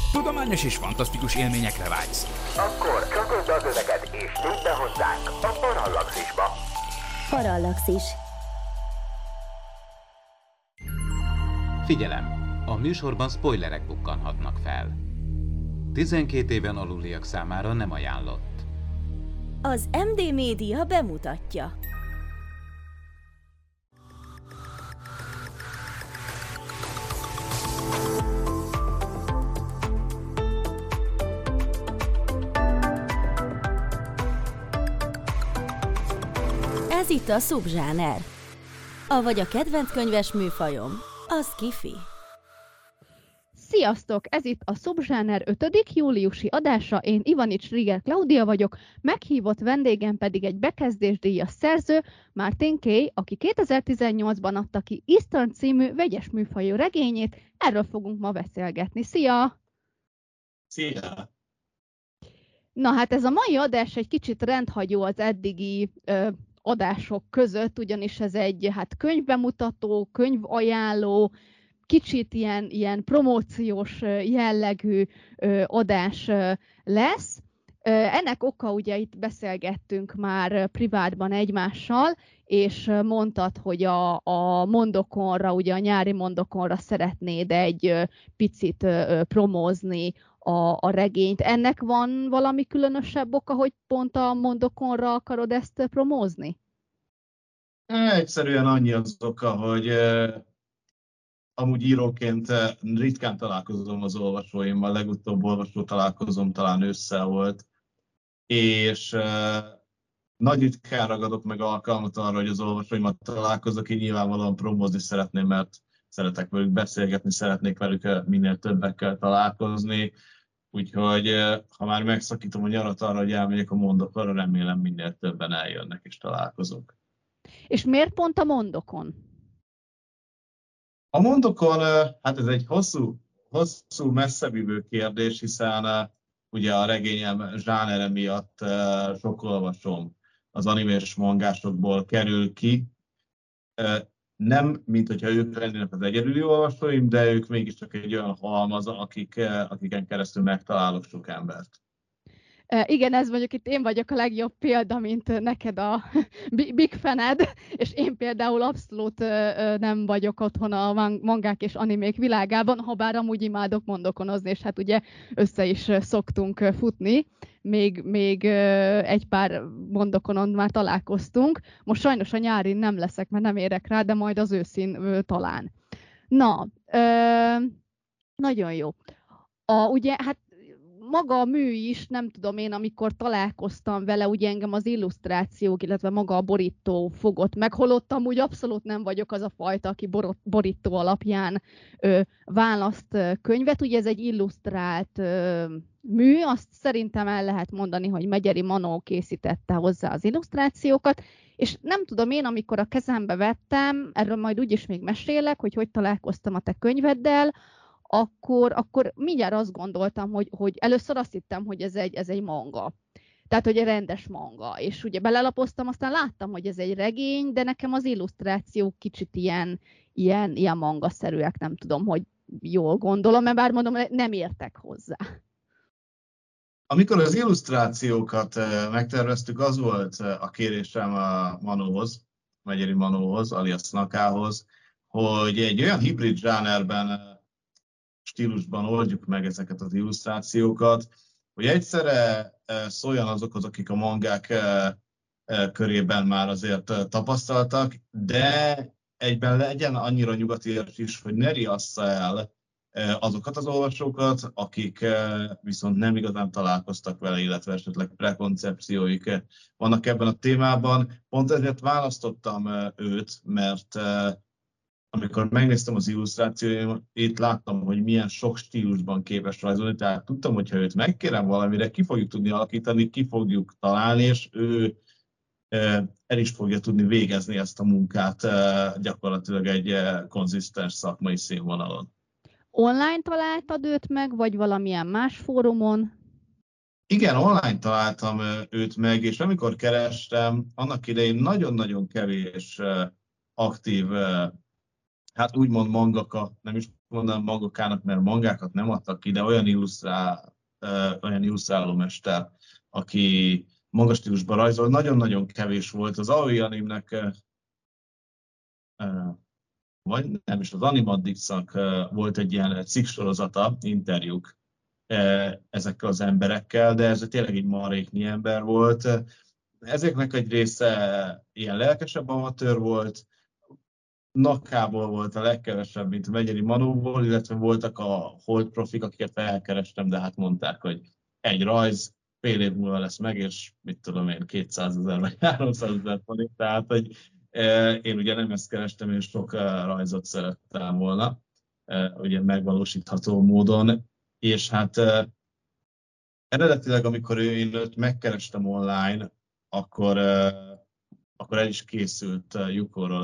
Tudományos és fantasztikus élményekre vágysz? Akkor csatold az öveket és nyújt be hozzánk a Parallaxisba. Parallaxis. Figyelem! A műsorban spoilerek bukkanhatnak fel. 12 éven aluliak számára nem ajánlott. Az MD Média bemutatja. Ez itt a szubzsáner. Avagy a kedvenc könyves műfajom, a sci-fi. Sziasztok! Ez itt a Szubzsáner 5. júliusi adása, én Ivanics Rieger Klaudia vagyok, meghívott vendégem pedig egy bekezdésdíjas szerző, Martin Kay, aki 2018-ban adta ki Eastern című vegyes műfajú regényét, erről fogunk ma beszélgetni. Szia! Szia! Na hát ez a mai adás egy kicsit rendhagyó az eddigi adások között, ugyanis ez egy könyvbemutató, könyvajánló, kicsit ilyen promóciós jellegű adás lesz. Ennek oka, ugye itt beszélgettünk már privátban egymással, és mondtad, hogy a Mondokonra, ugye a nyári Mondokonra szeretnéd egy picit promózni a regényt. Ennek van valami különösebb oka, hogy pont a Mondokonra akarod ezt promózni? Egyszerűen annyi az oka, hogy amúgy íróként ritkán találkozom az olvasóimmal, legutóbb olvasó találkozom talán ősszel volt, és nagy ritkán ragadok meg alkalmat arra, hogy az olvasóimmal találkozok, én nyilvánvalóan promózni szeretném, mert szeretek velük beszélgetni, szeretnék velük minél többekkel találkozni, úgyhogy ha már megszakítom a nyarat arra, hogy elmegyek a Mondokonra, remélem minél többen eljönnek és találkozunk. És miért pont a Mondokon? A Mondokon, hát ez egy hosszú messzebivő kérdés, hiszen ugye a regényem zsánere miatt sok olvasom az animés mangásokból kerül ki. Nem, mint hogyha ők lennének az egyedüli olvasóim, de ők mégiscsak egy olyan halmaz, akiken keresztül megtalálok sok embert. Igen, ez mondjuk itt én vagyok a legjobb példa, mint neked a big faned, és én például abszolút nem vagyok otthon a mangák és animék világában, habár amúgy imádok mondokonozni, és hát ugye össze is szoktunk futni, még egy pár mondokonon már találkoztunk. Most sajnos a nyárin nem leszek, mert nem érek rá, de majd az őszin talán. Na, nagyon jó. Ugye, hát maga a mű is, nem tudom én, amikor találkoztam vele, ugye engem az illusztrációk, illetve maga a borító fogott meg, holott amúgy abszolút nem vagyok az a fajta, aki borító alapján választ könyvet. Ugye ez egy illusztrált mű, azt szerintem el lehet mondani, hogy Megyeri Manó készítette hozzá az illusztrációkat, és nem tudom én, amikor a kezembe vettem, erről majd úgyis még mesélek, hogy találkoztam a te könyveddel, akkor mindjárt azt gondoltam, hogy először azt hittem, hogy ez egy manga. Tehát, hogy egy rendes manga. És ugye belelapoztam, aztán láttam, hogy ez egy regény, de nekem az illusztrációk kicsit ilyen mangaszerűek, nem tudom, hogy jól gondolom, mert bár mondom, nem értek hozzá. Amikor az illusztrációkat megterveztük, az volt a kérésem a Manóhoz, Megyeri Manóhoz, alias Nakához, hogy egy olyan hibrid zsánerben, stílusban oldjuk meg ezeket az illusztrációkat, hogy egyszerre szóljon azokhoz, akik a mangák körében már azért tapasztaltak, de egyben legyen annyira nyugatias is, hogy ne riassza el azokat az olvasókat, akik viszont nem igazán találkoztak vele, illetve esetleg prekoncepcióik vannak ebben a témában. Pont ezért választottam őt, mert amikor megnéztem az illusztrációit, láttam, hogy milyen sok stílusban képes rajzolni, tehát tudtam, hogy ha őt megkérem valamire, ki fogjuk tudni alakítani, ki fogjuk találni, és ő el is fogja tudni végezni ezt a munkát gyakorlatilag egy konzisztens szakmai színvonalon. Online találtad őt meg, vagy valamilyen más fórumon? Igen, online találtam őt meg, és amikor kerestem, annak idején nagyon-nagyon kevés aktív, hát úgymond mangaka, nem is mondanám mangakának, mert mangákat nem adtak ki, de olyan illusztrálómester, aki manga stílusban rajzol, nagyon-nagyon kevés volt. Az Aoi animnek, vagy nem is, az Animaddixnak volt egy ilyen cikksorozata, interjúk ezekkel az emberekkel, de ez tényleg egy maréknyi ember volt. Ezeknek egy része ilyen lelkesebb amatőr volt, Nakából volt a legkevesebb, mint a Megyeri Manóból, illetve voltak a Hold profik, akiket felkerestem, de hát mondták, hogy egy rajz, fél év múlva lesz meg, és mit tudom én, 200 000 vagy 300 000 forint, tehát hogy én ugye nem ezt kerestem, és sok rajzot szerettem volna, ugye megvalósítható módon, és hát eredetileg, amikor én őt megkerestem online, akkor el is készült Yuko-ról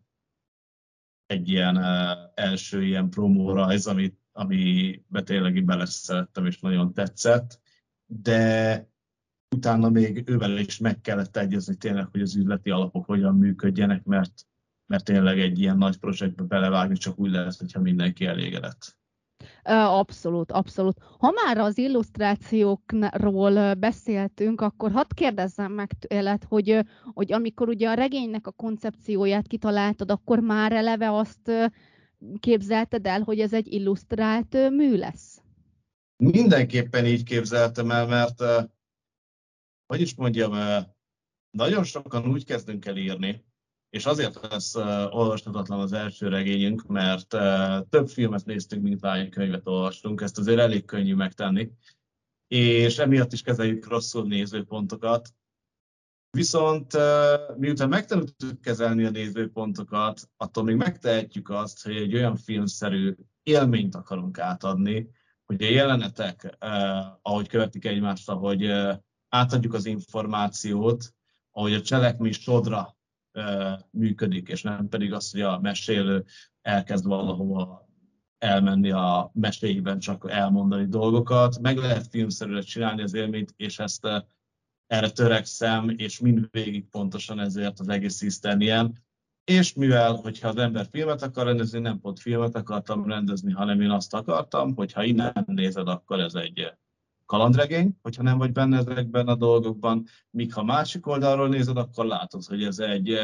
egy ilyen első ilyen promó rajz, amiben tényleg beleszerettem és nagyon tetszett, de utána még ővel is meg kellett egyezni tényleg, hogy az üzleti alapok hogyan működjenek, mert tényleg egy ilyen nagy projektbe belevágni csak úgy lehet, hogyha mindenki elégedett. Abszolút, abszolút. Ha már az illusztrációkról beszéltünk, akkor hadd kérdezzem meg tőled, hogy amikor ugye a regénynek a koncepcióját kitaláltad, akkor már eleve azt képzelted el, hogy ez egy illusztrált mű lesz? Mindenképpen így képzeltem el, mert hogy is mondjam, nagyon sokan úgy kezdünk el írni, és azért lesz olvashatatlan az első regényünk, mert több filmet néztünk, mint hány könyvet olvastunk, ezt azért elég könnyű megtenni, és emiatt is kezeljük rosszul nézőpontokat. Viszont miután megtanultuk kezelni a nézőpontokat, attól még megtehetjük azt, hogy egy olyan filmszerű élményt akarunk átadni, hogy a jelenetek, ahogy követik egymást, ahogy átadjuk az információt, ahogy a cselekmény sodra működik, és nem pedig az, hogy a mesélő elkezd valahova elmenni a meséiben, csak elmondani dolgokat. Meg lehet filmszerűen csinálni az élményt, és ezt erre törekszem, és mindvégig pontosan ezért az egész szisztém ilyen. És mivel, hogyha az ember filmet akar rendezni, nem pont filmet akartam rendezni, hanem én azt akartam, hogyha innen nézed, akkor ez egy kalandregény, hogyha nem vagy benne ezekben a dolgokban, míg ha másik oldalról nézed, akkor látod, hogy ez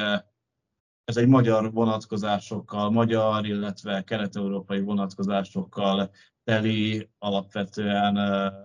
egy magyar vonatkozásokkal, magyar, illetve kelet-európai vonatkozásokkal teli, alapvetően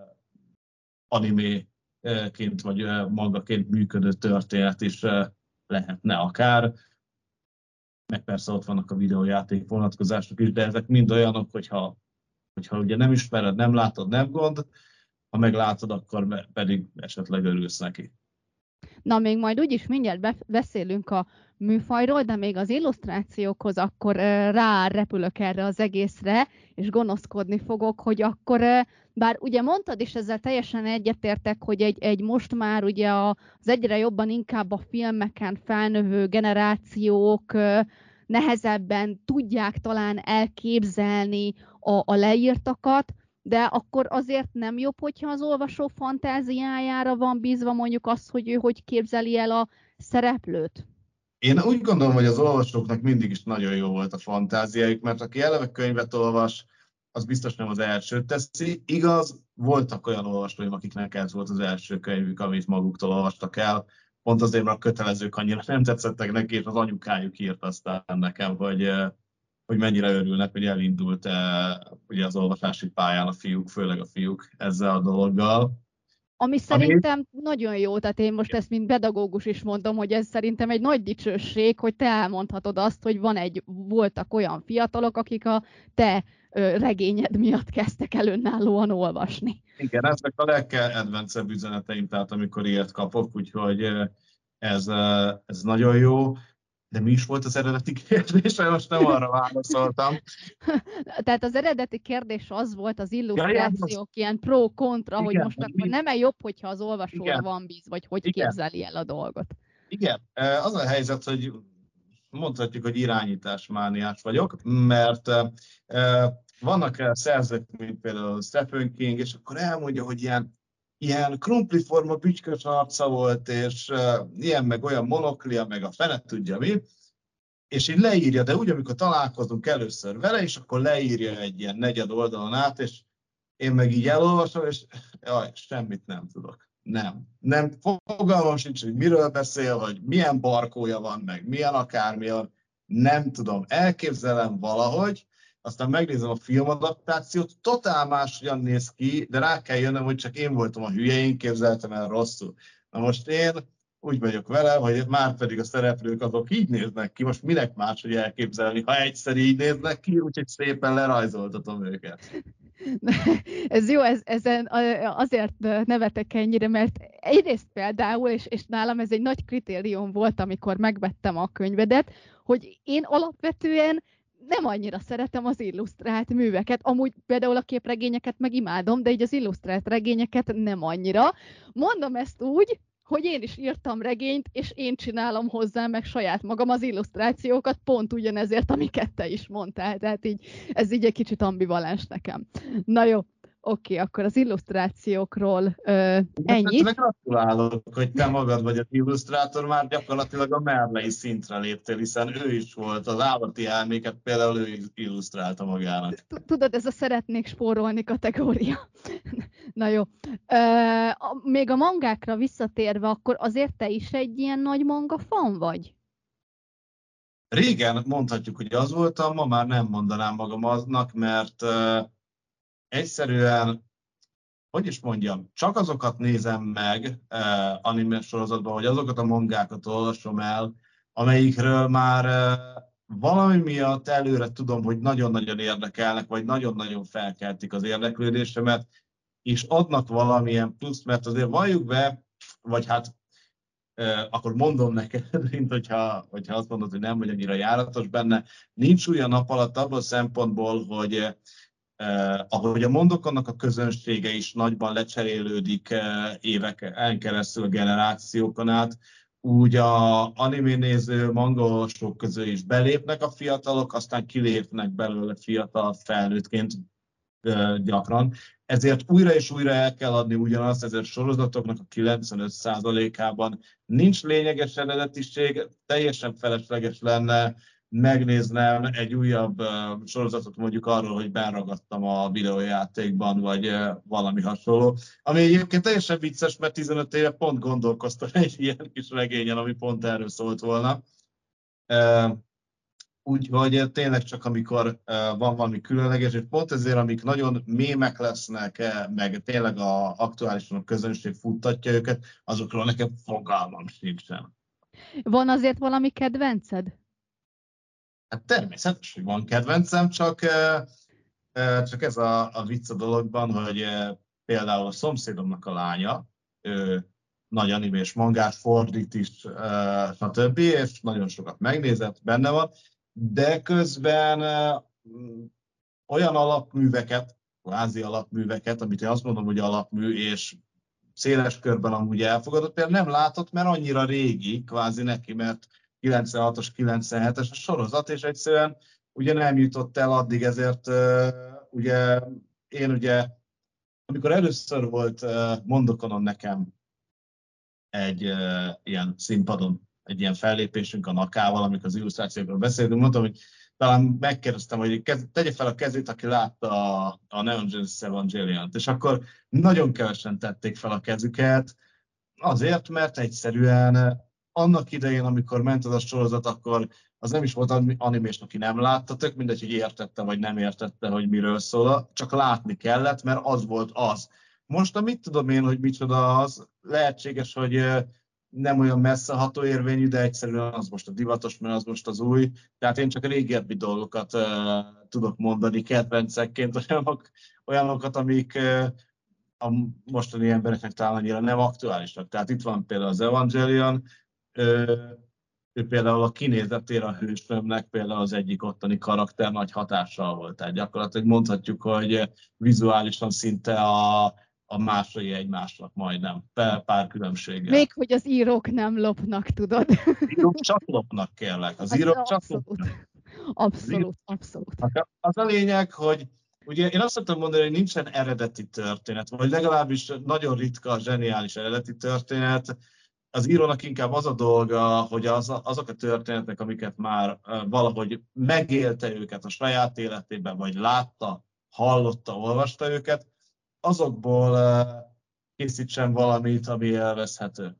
animéként vagy mangaként működő történet is lehetne akár. Meg persze ott vannak a videójáték vonatkozások is, de ezek mind olyanok, hogyha ugye nem ismered, nem látod, nem gond, ha meglátod, akkor pedig esetleg örülsz neki. Na, még majd úgyis mindjárt beszélünk a műfajról, de még az illusztrációkhoz akkor rárepülök erre az egészre, és gonoszkodni fogok, hogy akkor, bár ugye mondtad, és ezzel teljesen egyetértek, hogy egy most már ugye az egyre jobban inkább a filmeken felnövő generációk nehezebben tudják talán elképzelni a leírtakat, de akkor azért nem jobb, hogyha az olvasó fantáziájára van bízva mondjuk az, hogy ő hogy képzeli el a szereplőt? Én úgy gondolom, hogy az olvasóknak mindig is nagyon jó volt a fantáziájuk, mert aki eleve könyvet olvas, az biztos nem az elsőt teszi. Igaz, voltak olyan olvasóim, akiknek ez volt az első könyvük, amit maguktól olvastak el. Pont azért, mert a kötelezők annyira nem tetszettek neki, és az anyukájuk írt aztán nekem, hogy mennyire örülnek, hogy elindult ugye az olvasási pályán a fiúk, főleg a fiúk ezzel a dologgal. Ami szerintem nagyon jó, tehát én most ezt mint pedagógus is mondom, hogy ez szerintem egy nagy dicsőség, hogy te elmondhatod azt, hogy voltak olyan fiatalok, akik a te regényed miatt kezdtek el önállóan olvasni. Igen, ezek a legkedvencebb üzeneteim, tehát amikor ilyet kapok, úgyhogy ez nagyon jó. De mi is volt az eredeti kérdés? Most nem arra válaszoltam. Tehát az eredeti kérdés az volt, az illusztrációk ilyen pro-kontra, hogy most akkor nem-e jobb, hogyha az olvasóra van bíz, vagy hogy képzeli el a dolgot? Igen, az a helyzet, hogy mondhatjuk, hogy irányításmániás vagyok, mert vannak szerzők, mint például Stephen King, és akkor elmondja, hogy ilyen krumpliforma bütykös arca volt, és ilyen meg olyan monoklia, meg a fene tudja mi. és így leírja, de úgy, amikor találkozunk először vele, és akkor leírja egy ilyen negyed oldalon át, és én meg így elolvasom, és semmit nem tudok. Nem, fogalmam sincs, hogy miről beszél, hogy milyen barkója van, meg milyen akármilyen, nem tudom, elképzelem valahogy, aztán megnézem a filmadaptációt, totál máshogyan néz ki, de rá kell jönnöm, hogy csak én voltam a hülye, én képzeltem el rosszul. Na most én úgy vagyok vele, hogy már pedig a szereplők azok így néznek ki, most minek máshogy elképzelni, ha egyszer így néznek ki, úgyhogy szépen lerajzoltatom őket. Ez jó, ezen azért nevetek ennyire, mert egyrészt például, és nálam ez egy nagy kritérium volt, amikor megvettem a könyvedet, hogy én alapvetően nem annyira szeretem az illusztrált műveket. Amúgy például a képregényeket meg imádom, de így az illusztrált regényeket nem annyira. Mondom ezt úgy, hogy én is írtam regényt, és én csinálom hozzá meg saját magam az illusztrációkat, pont ugyanezért, amiket te is mondtál. Tehát így, ez így egy kicsit ambivalens nekem. Na jó, oké, akkor az illusztrációkról ennyit. Hát gratulálok, hogy te magad vagy az illusztrátor, már gyakorlatilag a Merlei szintre léptél, hiszen ő is volt, az állati elméket például ő illusztrálta magának. Tudod, ez a szeretnék spórolni kategória. Na jó. Még a mangákra visszatérve, akkor azért te is egy ilyen nagy manga fan vagy? Régen mondhatjuk, hogy az voltam, ma már nem mondanám magam aznak, mert egyszerűen, hogy is mondjam, csak azokat nézem meg anime sorozatban, vagy azokat a mangákat olvasom el, amelyikről már valami miatt előre tudom, hogy nagyon-nagyon érdekelnek, vagy nagyon-nagyon felkeltik az érdeklődésemet, és adnak valamilyen pluszt, mert azért valljuk be, vagy hát akkor mondom neked, mint hogyha azt mondod, hogy nem vagy annyira járatos benne, nincs olyan nap alatt abban a szempontból, hogy ahogy a Mondokonnak a közönsége is nagyban lecserélődik éveken keresztül, generációkon át, úgy a anime néző, manga olvasók közül is belépnek a fiatalok, aztán kilépnek belőle fiatal felnőttként gyakran. Ezért újra és újra el kell adni ugyanazt, ezért sorozatoknak a 95%-ában nincs lényeges eredetiség, teljesen felesleges lenne megnéznem egy újabb sorozatot mondjuk arról, hogy benragadtam a videójátékban, vagy valami hasonló. Ami egyébként teljesen vicces, mert 15 éve pont gondolkoztam egy ilyen kis regényen, ami pont erről szólt volna. Úgyhogy tényleg csak amikor van valami különleges, és pont ezért, amik nagyon mémek lesznek, meg tényleg aktuálisan a közönség futtatja őket, azokról nekem fogalmam sincsen. Van azért valami kedvenced? Hát természetes, hogy van kedvencem, csak ez a vicc a dologban, hogy például a szomszédomnak a lánya, ő nagy animés mangát fordít is, stb., és nagyon sokat megnézett, benne van, de közben olyan alapműveket, kvázi alapműveket, amit én azt mondom, hogy alapmű, és széles körben amúgy elfogadott, például nem látott, mert annyira régi, kvázi neki, mert 96-os, 97-es a sorozat, és egyszerűen ugye nem jutott el addig, ezért én amikor először volt Mondokonon nekem egy ilyen színpadon, egy ilyen fellépésünk a Nakával, amikor az illusztrációkról beszéltünk, mondtam, hogy talán megkérdeztem, hogy tegye fel a kezét, aki látta a Neon Genesis Evangelion-t, és akkor nagyon kevesen tették fel a kezüket, azért, mert egyszerűen annak idején, amikor ment az a sorozat, akkor az nem is volt animés, aki nem látta, tök mindegy, hogy értette vagy nem értette, hogy miről szól, csak látni kellett, mert az volt az. Most mit tudom én, hogy micsoda az, lehetséges, hogy nem olyan messzeható érvényű, de egyszerűen az most a divatos, mert az most az új. Tehát én csak a régebbi dolgokat tudok mondani kedvencekként, olyanokat, amik a mostani embereknek talán annyira nem aktuálisak. Tehát itt van például az Evangelion, ő például a kinézetére a hősömnek például az egyik ottani karakter nagy hatással volt. Tehát gyakorlatilag mondhatjuk, hogy vizuálisan szinte a másai egymásnak majdnem, pár különbséggel. Még hogy az írók nem lopnak, tudod? Az írók csak lopnak, kérlek. Az írók csak lopnak. Abszolút. Az a lényeg, hogy ugye én azt szoktam mondani, hogy nincsen eredeti történet, vagy legalábbis nagyon ritka a zseniális eredeti történet. az írónak inkább az a dolga, hogy azok a történetek, amiket már valahogy megélte őket a saját életében, vagy látta, hallotta, olvasta őket, azokból készítsen valamit, ami élvezhető.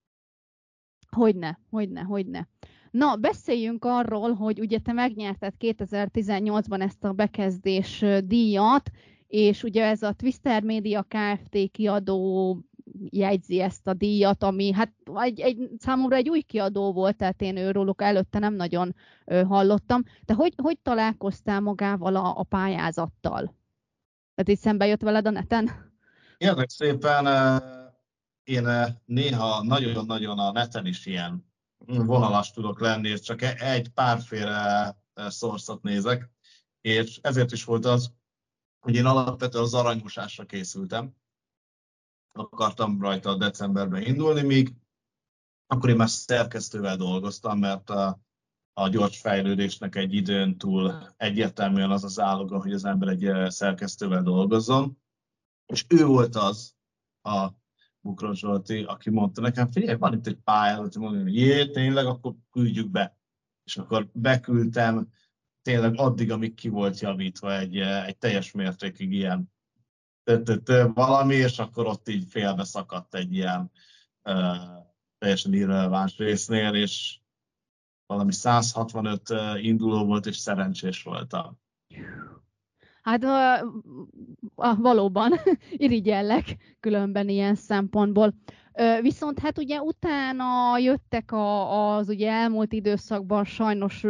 Hogyne. Na, beszéljünk arról, hogy ugye te megnyerted 2018-ban ezt a bekezdés díjat, és ugye ez a Twister Media Kft. Kiadó jegyzi ezt a díjat, ami hát számomra egy új kiadó volt, tehát én róluk előtte nem nagyon hallottam. De hogy találkoztál magával a pályázattal? Tehát így szembe jött veled a neten? Kérlek szépen, én néha nagyon-nagyon a neten is ilyen vonalas tudok lenni, és csak egy párféle source-ot nézek, és ezért is volt az, hogy én alapvetően az aranymosásra készültem. Akartam rajta decemberben indulni, míg akkor én már szerkesztővel dolgoztam, mert a gyors fejlődésnek egy időn túl egyértelműen az az áloga, hogy az ember egy szerkesztővel dolgozzon. És ő volt az, a Bukros Zsolti, aki mondta nekem, figyelj, van itt egy pályázat, mondom, hogy jé, tényleg, akkor küldjük be. És akkor beküldtem, tényleg addig, amíg ki volt javítva egy teljes mértékig ilyen valami, és akkor ott így félbe szakadt egy ilyen teljesen irreleváns résznél, és valami 165 induló volt, és szerencsés voltam. Hát valóban irigyellek különben ilyen szempontból. Viszont hát ugye utána jöttek az ugye elmúlt időszakban sajnos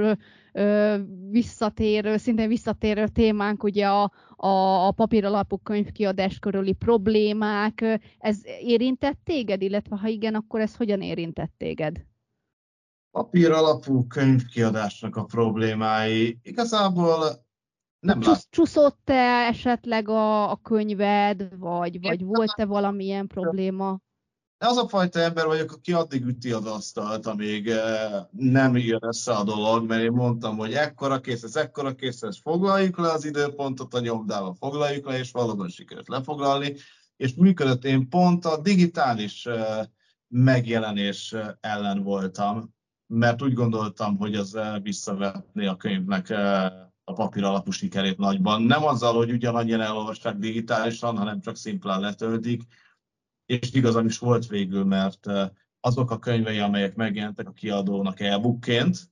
szintén visszatérő témánk ugye a papíralapú könyvkiadás körüli problémák. Ez érintett téged, illetve ha igen, akkor ez hogyan érintett téged? Papíralapú könyvkiadásnak a problémái igazából nem Csúszott-e esetleg a könyved, vagy volt-e valamilyen probléma? Az a fajta ember vagyok, aki addig üti az asztalt, amíg nem jön össze a dolog, mert én mondtam, hogy ekkora kész, foglaljuk le az időpontot a nyomdával, foglaljuk le, és valóban sikerült lefoglalni, és működött. Én pont a digitális megjelenés ellen voltam, mert úgy gondoltam, hogy az visszavetné a könyvnek a papír alapú sikerét nagyban. Nem azzal, hogy ugyanannyian elolvasták digitálisan, hanem csak szimplán letöltik, és igazán is volt végül, mert azok a könyvei, amelyek megjelentek a kiadónak e-bookként,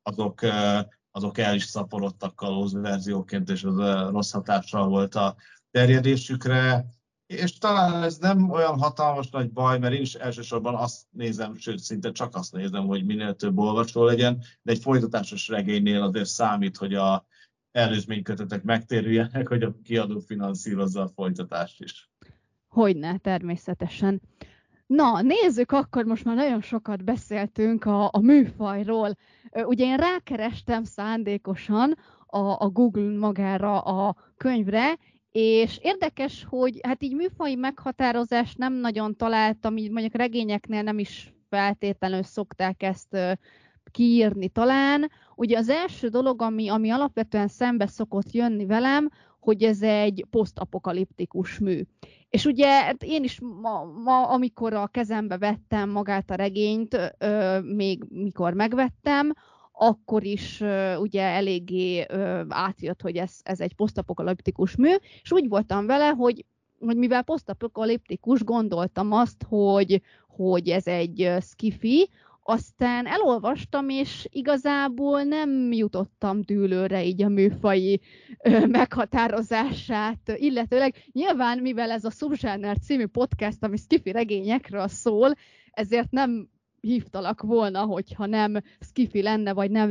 azok el is szaporodtak kalóz verzióként, és az rossz hatással volt a terjedésükre. És talán ez nem olyan hatalmas nagy baj, mert én is elsősorban azt nézem, sőt, szinte csak azt nézem, hogy minél több olvasó legyen, de egy folytatásos regénynél azért számít, hogy az előzménykötetek megtérüljenek, hogy a kiadó finanszírozza a folytatást is. Hogyne, természetesen. Na, nézzük akkor, most már nagyon sokat beszéltünk a műfajról. Ugye én rákerestem szándékosan a Google magára a könyvre, és érdekes, hogy hát így műfaji meghatározást nem nagyon találtam, így mondjuk regényeknél nem is feltétlenül szokták ezt kiírni talán. Ugye az első dolog, ami alapvetően szembe szokott jönni velem, hogy ez egy posztapokaliptikus mű. És ugye én is ma amikor a kezembe vettem magát a regényt, még mikor megvettem, akkor is ugye eléggé átjött, hogy ez egy posztapokaliptikus mű, és úgy voltam vele, hogy mivel posztapokaliptikus, gondoltam azt, hogy ez egy sci-fi, aztán elolvastam, és igazából nem jutottam dűlőre így a műfaji meghatározását, illetőleg nyilván, mivel ez a Subzsáner című podcast, ami sci-fi regényekről szól, ezért nem hívtalak volna, hogyha nem sci-fi lenne, vagy nem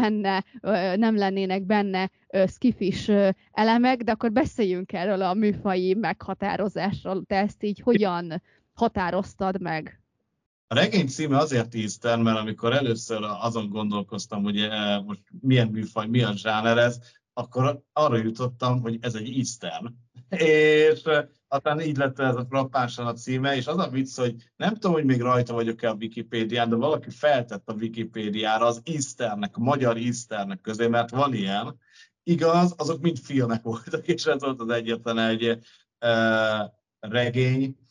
lennének benne sci-fis elemek, de akkor beszéljünk erről a műfaji meghatározásról. Te ezt így hogyan határoztad meg? A regény címe azért Eastern, mert amikor először azon gondolkoztam, hogy most milyen műfaj, milyen zsáner ez, akkor arra jutottam, hogy ez egy Eastern. És aztán így lett ez a frappánsan a címe, és az a vicc, hogy nem tudom, hogy még rajta vagyok-e a Wikipédián, de valaki feltett a Wikipédiára az Easternnek, a magyar Easternnek közé, mert van ilyen. Igaz, azok mind filmek voltak, és ez volt az egyetlen egy regény,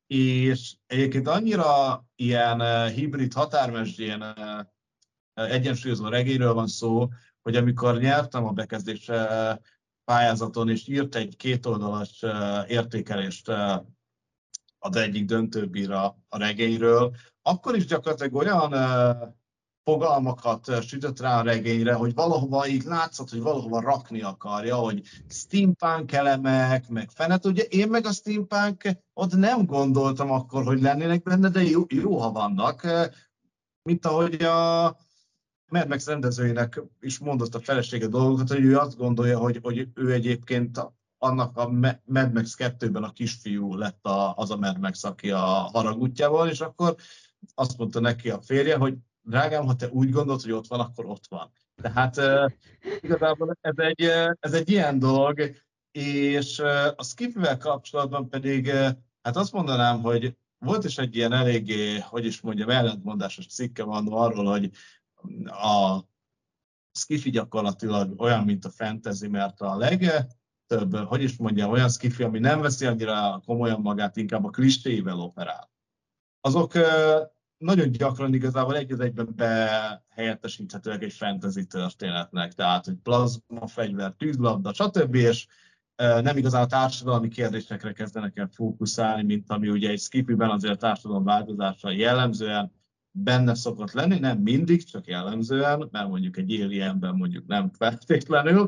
és egyébként annyira ilyen hibrid határmesdjén egyensúlyozó regényről van szó, hogy amikor nyertem a bekezdés pályázaton, és írt egy kétoldalas értékelést az egyik döntőbíra a regényről, akkor is gyakorlatilag olyan fogalmakat sütött rá a regényre, hogy valahova így látszott, hogy valahova rakni akarja, hogy steampunk elemek, meg fenet. Ugye én meg a steampunk ott nem gondoltam akkor, hogy lennének benne, de jó ha vannak. Mint ahogy a Mad Max rendezőjének is mondott a felesége dolgokat, hogy ő azt gondolja, hogy ő egyébként annak a Mad Max 2-ben a kisfiú lett az a Mad Max, aki a haragútjával, és akkor azt mondta neki a férje, hogy drágám, ha te úgy gondolod, hogy ott van, akkor ott van. Tehát igazából ez egy ilyen dolog, és a Skiffyvel kapcsolatban pedig hát azt mondanám, hogy volt is egy ilyen eléggé, hogy is mondjam, ellentmondásos cikke van arról, hogy a Skiffy gyakorlatilag olyan, mint a fantasy, mert a legtöbb, hogy is mondjam, olyan Skiffy, ami nem veszi annyira komolyan magát, inkább a klistéivel operál. Azok nagyon gyakran igazából egy az egyben behelyettesíthetőek egy fantasy történetnek, tehát hogy plazma, fegyver, tűzlabda, stb. És nem igazán a társadalmi kérdésekre kezdenek el fókuszálni, mint ami ugye egy Skiffyben azért a társadalom változása jellemzően benne szokott lenni, nem mindig, csak jellemzően, mert mondjuk egy Alienben mondjuk nem feltétlenül.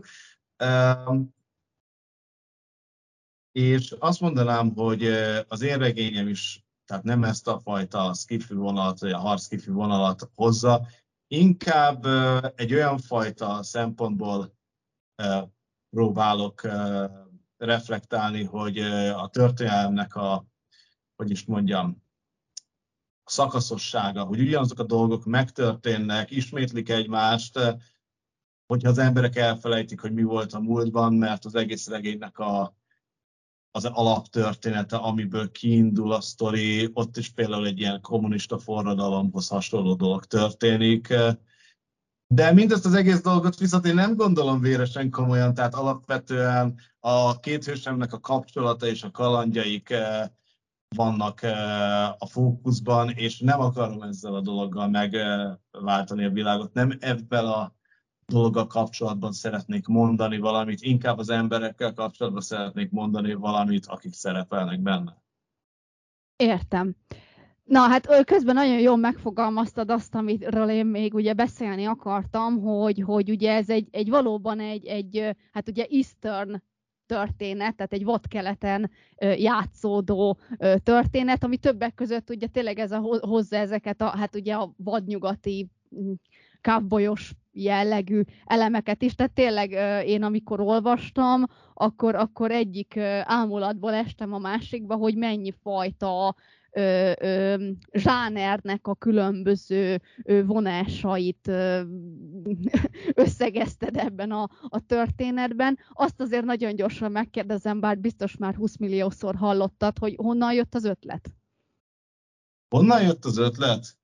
És azt mondanám, hogy az én regényem is, tehát nem ezt a fajta Skiffy vonalat, vagy a hard Skiffy vonalat hozza, inkább egy olyan fajta szempontból próbálok reflektálni, hogy a történelemnek hogy is mondjam, a szakaszossága, hogy ugyanazok a dolgok megtörténnek, ismétlik egymást, hogyha az emberek elfelejtik, hogy mi volt a múltban, mert az egész regénynek az alaptörténete, amiből kiindul a sztori, ott is például egy ilyen kommunista forradalomhoz hasonló dolog történik. De mindezt az egész dolgot viszont én nem gondolom véresen komolyan, tehát alapvetően a két hősemnek a kapcsolata és a kalandjaik vannak a fókuszban, és nem akarom ezzel a dologgal megváltani a világot. Nem ebben a dologgal kapcsolatban szeretnék mondani valamit, inkább az emberekkel kapcsolatban szeretnék mondani valamit, akik szerepelnek benne. Értem. Na, hát közben nagyon jól megfogalmaztad azt, amiről én még ugye beszélni akartam, hogy ugye ez egy valóban egy hát ugye Eastern történet, tehát egy vadkeleten játszódó történet, ami többek között ugye tényleg ez hozza ezeket hát ugye a vadnyugati cowboyos jellegű elemeket is, tehát tényleg én amikor olvastam, akkor egyik ámulatból estem a másikba, hogy mennyi fajta zsánernek a különböző vonásait összegezted ebben a történetben. Azt azért nagyon gyorsan megkérdezem, bár biztos már 20 milliószor hallottad, hogy honnan jött az ötlet? Honnan jött az ötlet?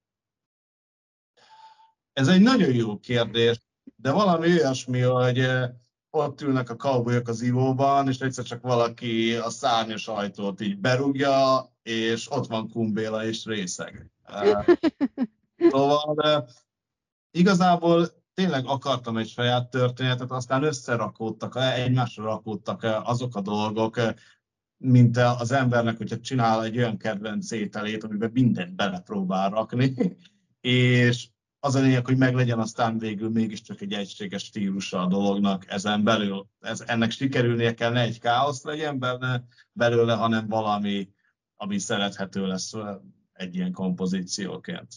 Ez egy nagyon jó kérdés, de valami olyasmi, hogy ott ülnek a cowboyok az ivóban, és egyszer csak valaki a szárnyas ajtót így berúgja, és ott van Kumbéla és részeg. Szóval igazából tényleg akartam egy saját történetet, aztán összerakódtak, egymásra rakódtak azok a dolgok, mint az embernek, hogyha csinál egy olyan kedvenc ételét, amiben mindent belepróbál rakni, és az a lényeg, hogy meglegyen aztán végül mégiscsak egy egységes stílusa a dolognak ezen belül. Ennek sikerülnie kell, ne egy káosz legyen belőle, hanem valami, ami szerethető lesz egy ilyen kompozícióként.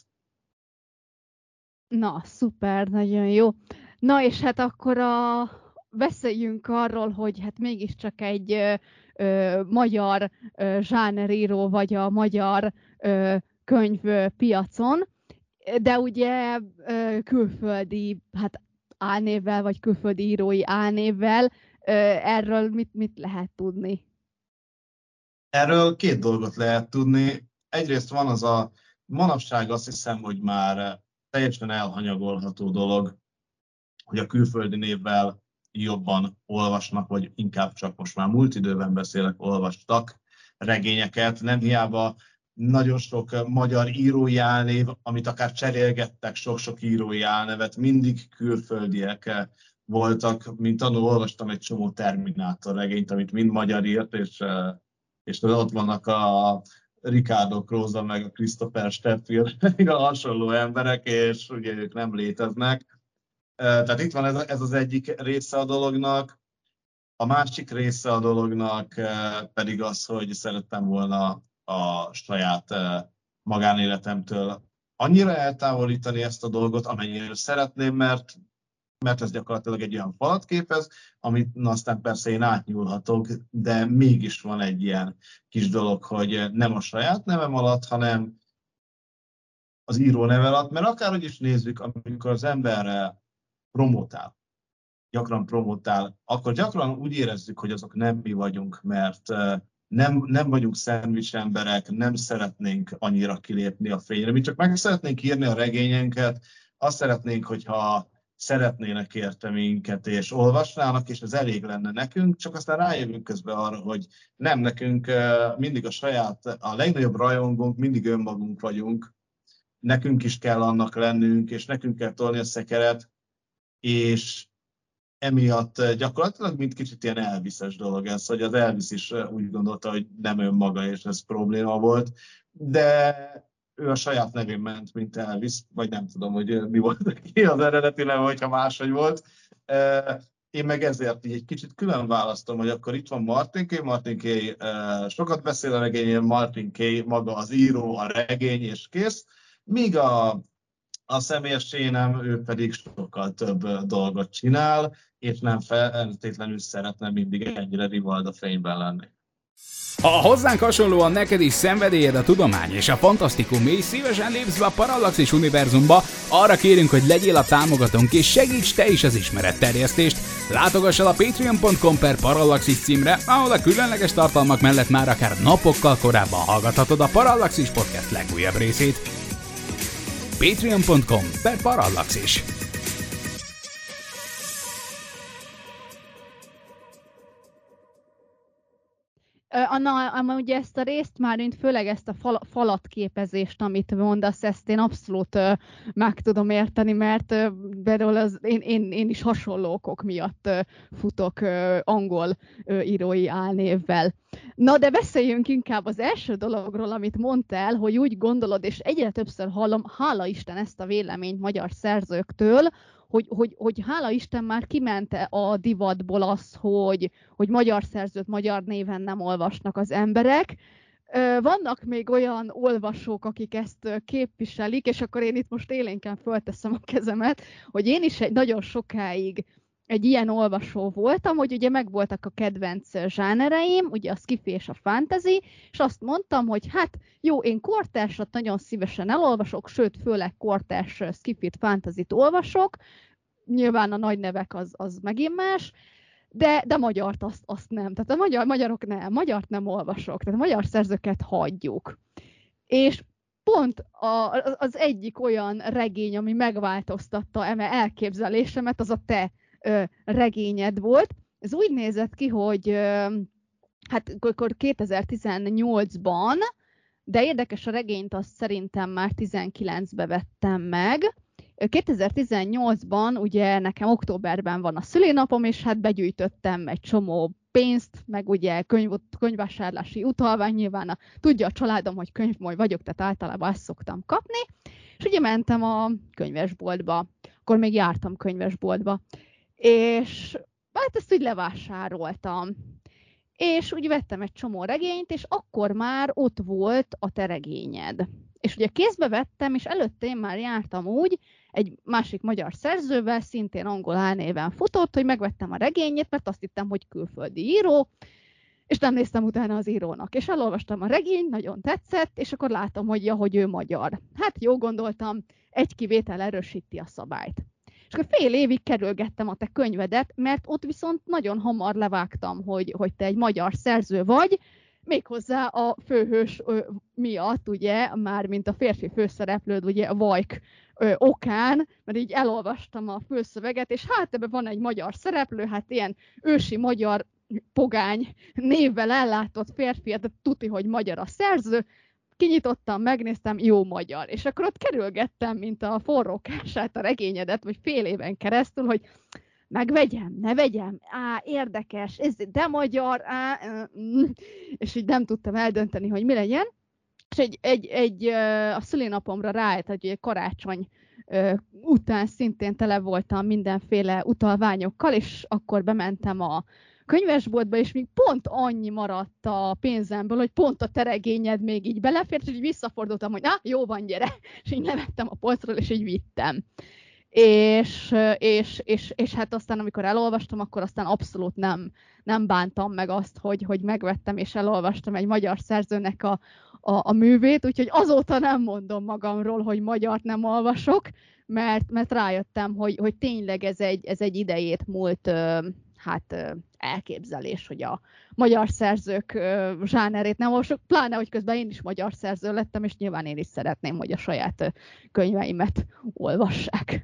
Na, szuper, nagyon jó. Na, és hát akkor beszéljünk arról, hogy hát mégiscsak egy magyar zsáneríró vagy a magyar könyvpiacon, de ugye külföldi álnévvel, vagy külföldi írói álnévvel, erről mit lehet tudni? Erről két dolgot lehet tudni. Egyrészt van az a manapság, azt hiszem, hogy már teljesen elhanyagolható dolog, hogy a külföldi névvel jobban olvasnak, vagy inkább csak most már múlt időben beszélek, olvastak. regényeket, nem hiába nagyon sok magyar írói álnév, amit akár cserélgettek, sok-sok írói álnevet, mindig külföldiek voltak, mint annól olvastam egy csomó Terminátor regényt, amit mind magyar írt, és ott vannak a Ricardo Croza meg a Christopher Steffield, a hasonló emberek, és ugye ők nem léteznek. Tehát itt van ez az egyik része a dolognak. A másik része a dolognak pedig az, hogy szerettem volna a saját magánéletemtől annyira eltávolítani ezt a dolgot, amennyire szeretném, mert ez gyakorlatilag egy olyan falat képez, amit aztán persze én átnyúlhatok, de mégis van egy ilyen kis dolog, hogy nem a saját nevem alatt, hanem az író neve alatt, mert akárhogy is nézzük, amikor az ember gyakran promotál, akkor gyakran úgy érezzük, hogy azok nem mi vagyunk, mert nem vagyunk szendvics emberek, nem szeretnénk annyira kilépni a fényre. Mi csak meg szeretnénk írni a regényenket, azt szeretnénk, hogyha szeretnének érte minket, és olvasnának, és ez elég lenne nekünk, csak aztán rájövünk közben arra, hogy nem nekünk, mindig a legnagyobb rajongónk, mindig önmagunk vagyunk, nekünk is kell annak lennünk, és nekünk kell tolni a szekeret, és emiatt gyakorlatilag mint kicsit ilyen Elvis-es dolog ez, hogy az Elvis is úgy gondolta, hogy nem önmaga, és ez probléma volt, de ő a saját nevén ment, mint Elvis, vagy nem tudom, hogy mi volt ki az eredeti neve, hogyha máshogy volt. Én meg ezért így egy kicsit külön választom, hogy akkor itt van Martin Kay sokat beszél a regényén, Martin Kay maga az író, a regény és kész, míg a személyes énem, ő pedig sokkal több dolgot csinál, és nem feltétlenül szeretne mindig ennyire Rivalda fényben lenni. Ha hozzánk hasonlóan neked is szenvedélyed a tudomány és a fantasztikum, és szívesen lépsz be a Parallaxis univerzumba, arra kérünk, hogy legyél a támogatónk és segíts te is az ismeretterjesztést. Látogass el a patreon.com/Parallaxis címre, ahol a különleges tartalmak mellett már akár napokkal korábban hallgathatod a Parallaxis podcast legújabb részét. patreon.com/Parallaxis. Anna, ugye ezt a részt már, mint főleg ezt a falatképezést, amit mondasz, ezt én abszolút meg tudom érteni, mert például én is hasonló okok miatt futok angol írói álnévvel. Na, de beszéljünk inkább az első dologról, amit mondtál, hogy úgy gondolod, és egyre többször hallom, hála Isten ezt a véleményt magyar szerzőktől, hogy hála Isten már kiment a divatból az, hogy magyar szerzőt magyar néven nem olvasnak az emberek. Vannak még olyan olvasók, akik ezt képviselik, és akkor én itt most élénken fölteszem a kezemet, hogy én is nagyon sokáig egy ilyen olvasó voltam, hogy ugye megvoltak a kedvenc zsánereim, ugye a sci-fi és a fantasy, és azt mondtam, hogy hát jó, én kortársat nagyon szívesen elolvasok, sőt, főleg kortárs sci-fit, fantasyt olvasok, nyilván a nagy nevek az megint más, de magyart azt nem, tehát a magyarok nem, magyart nem olvasok, tehát a magyar szerzőket hagyjuk. És pont az egyik olyan regény, ami megváltoztatta elképzelésemet, az a te regényed volt. Ez úgy nézett ki, hogy hát akkor 2018-ban, de érdekes a regényt, azt szerintem már 19-be vettem meg. 2018-ban ugye nekem októberben van a szülinapom, és hát begyűjtöttem egy csomó pénzt, meg ugye könyvvásárlási utalvány, nyilván tudja a családom, hogy könyvmoly vagyok, tehát általában ezt szoktam kapni, és ugye mentem a könyvesboltba, akkor még jártam könyvesboltba, és hát ezt úgy levásároltam. És úgy vettem egy csomó regényt, és akkor már ott volt a te regényed. És ugye kézbe vettem, és előtte én már jártam úgy, egy másik magyar szerzővel, szintén angol álnéven futott, hogy megvettem a regényét, mert azt hittem, hogy külföldi író, és nem néztem utána az írónak. És elolvastam a regényt, nagyon tetszett, és akkor látom, hogy ő magyar. Hát jó, gondoltam, egy kivétel erősíti a szabályt. És akkor fél évig kerülgettem a te könyvedet, mert ott viszont nagyon hamar levágtam, hogy te egy magyar szerző vagy, méghozzá a főhős miatt, ugye, már mint a férfi főszereplőd, ugye a Vajk okán, mert így elolvastam a főszöveget, és hát ebben van egy magyar szereplő, hát ilyen ősi magyar pogány névvel ellátott férfi, de tuti, hogy magyar a szerző, kinyitottam, megnéztem, jó magyar. És akkor ott kerülgettem, mint a forrókását a regényedet, vagy fél éven keresztül, hogy megvegyem, ne vegyem, érdekes, ez de magyar, és így nem tudtam eldönteni, hogy mi legyen. És a szülinapomra rájött, hogy egy karácsony után szintén tele voltam mindenféle utalványokkal, és akkor bementem a könyvesboltba, és még pont annyi maradt a pénzemből, hogy pont a te regényed még így belefért, és így visszafordultam, hogy jó van, gyere, és így levettem a polcról, és így vittem. És hát aztán, amikor elolvastam, akkor aztán abszolút nem bántam meg azt, hogy megvettem és elolvastam egy magyar szerzőnek a művét, úgyhogy azóta nem mondom magamról, hogy magyart nem olvasok, mert rájöttem, hogy tényleg ez egy idejét múlt elképzelés, hogy a magyar szerzők zsánerét nem olvasok, pláne, hogy közben én is magyar szerző lettem, és nyilván én is szeretném, hogy a saját könyveimet olvassák.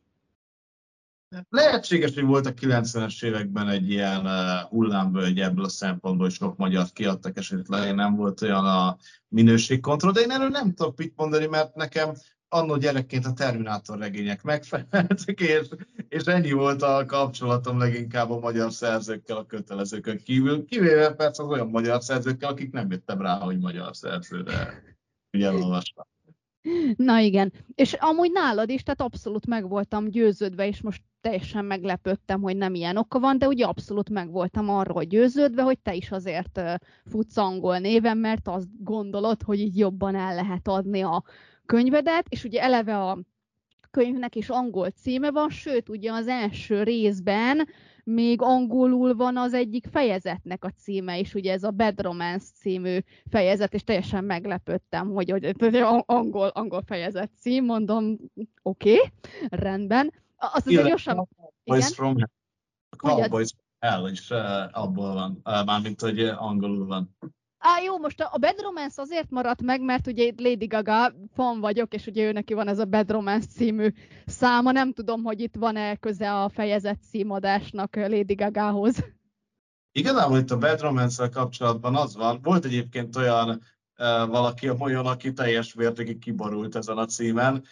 Lehetséges, hogy volt a 90-es években egy ilyen hullámvölgy ebből a szempontból, hogy sok magyart kiadtak, esetleg nem volt olyan a minőségkontroll, de én erről nem tudok mit mondani, mert nekem annó gyerekként a Terminátor regények megfeleltek, és ennyi volt a kapcsolatom leginkább a magyar szerzőkkel a kötelezőkön kívül, kivéve persze az olyan magyar szerzőkkel, akik nem jöttem rá, hogy magyar szerző, de ugye elolvastam. Na igen, és amúgy nálad is, tehát abszolút meg voltam győződve, és most teljesen meglepődtem, hogy nem ilyen oka van, de ugye abszolút meg voltam arról győződve, hogy te is azért futsz angol néven, mert azt gondolod, hogy így jobban el lehet adni a könyvedet, és ugye eleve a könyvnek is angol címe van, sőt, ugye az első részben még angolul van az egyik fejezetnek a címe is, ugye ez a Bad Romance című fejezet, és teljesen meglepődtem, hogy angol fejezet cím, mondom, oké, rendben. Azt azért gyorsan... Cowboys from Hell is abból van, mármint, hogy angolul van. Jó, most a Bad Romance azért maradt meg, mert ugye Lady Gaga fan vagyok, és ugye ő neki van ez a Bad Romance című száma. Nem tudom, hogy itt van-e köze a fejezet címadásnak Lady Gagához. Igazából itt a Bad Romance-szel kapcsolatban az van. Volt egyébként olyan valaki a Molyon, aki teljes mértékig kiborult ezen a címen.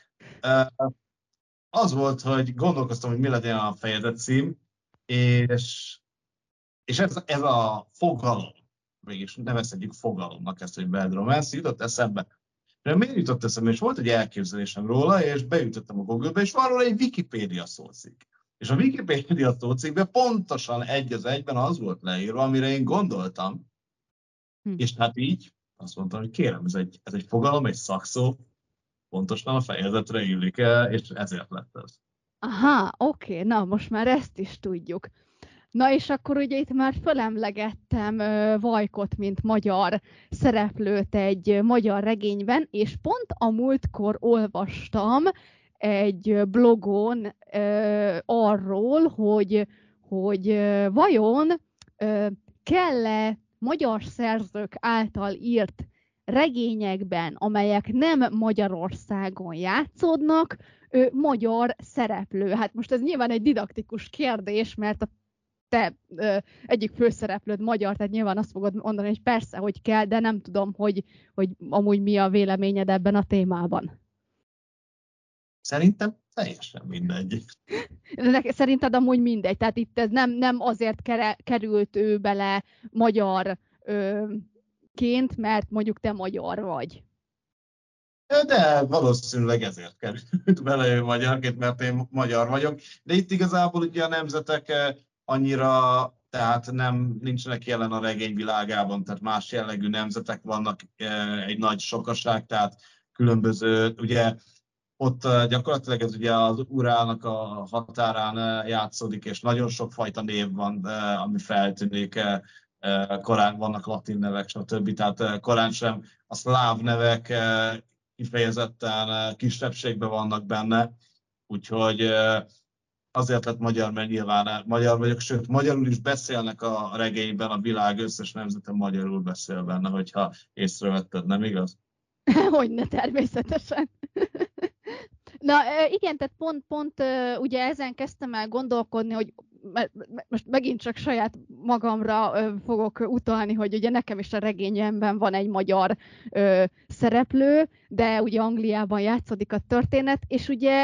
Az volt, hogy gondolkoztam, hogy mi legyen a fejezet cím, és ez a fogalom, mégis nevezhetjük fogalomnak ezt, hogy Bad Romance, jutott eszembe. De miért jutott eszembe? És volt egy elképzelésem róla, és beütöttem a Google-be, és van róla egy Wikipédia szócikk. És a Wikipédia szócikkben pontosan egy az egyben az volt leírva, amire én gondoltam. És hát így azt mondtam, hogy kérem, ez egy fogalom, egy szakszó, pontosan a fejezetre illik el, és ezért lett ez. Aha, oké, na most már ezt is tudjuk. Na és akkor ugye itt már fölemlegettem Vajkot, mint magyar szereplőt egy magyar regényben, és pont a múltkor olvastam egy blogon arról, hogy vajon kell-e magyar szerzők által írt regényekben, amelyek nem Magyarországon játszódnak, magyar szereplő. Hát most ez nyilván egy didaktikus kérdés, mert a te egyik főszereplőd magyar, tehát nyilván azt fogod mondani, hogy persze, hogy kell, de nem tudom, hogy amúgy mi a véleményed ebben a témában. Szerintem teljesen mindegy. Szerinted amúgy mindegy, tehát itt ez nem azért került ő bele magyarként, mert mondjuk te magyar vagy. De valószínűleg ezért került bele ő magyarként, mert én magyar vagyok. De itt igazából ugye a nemzetek annyira, tehát nincsenek jelen a regényvilágában, tehát más jellegű nemzetek vannak, egy nagy sokaság, tehát különböző, ugye ott gyakorlatilag ez ugye az Urálnak a határán játszódik, és nagyon sokfajta név van, ami feltűnik, korán vannak latin nevek, stb. Tehát korán sem a szláv nevek kifejezetten kisebbségben vannak benne, úgyhogy azért lett magyar, mert nyilván magyar vagyok, sőt, magyarul is beszélnek a regényben, a világ összes nemzete magyarul beszél benne, hogyha észrevetted, nem igaz? Hogyne, természetesen. Na igen, tehát pont ugye ezen kezdtem el gondolkodni, hogy most megint csak saját magamra fogok utalni, hogy ugye nekem is a regényemben van egy magyar szereplő, de ugye Angliában játszódik a történet, és ugye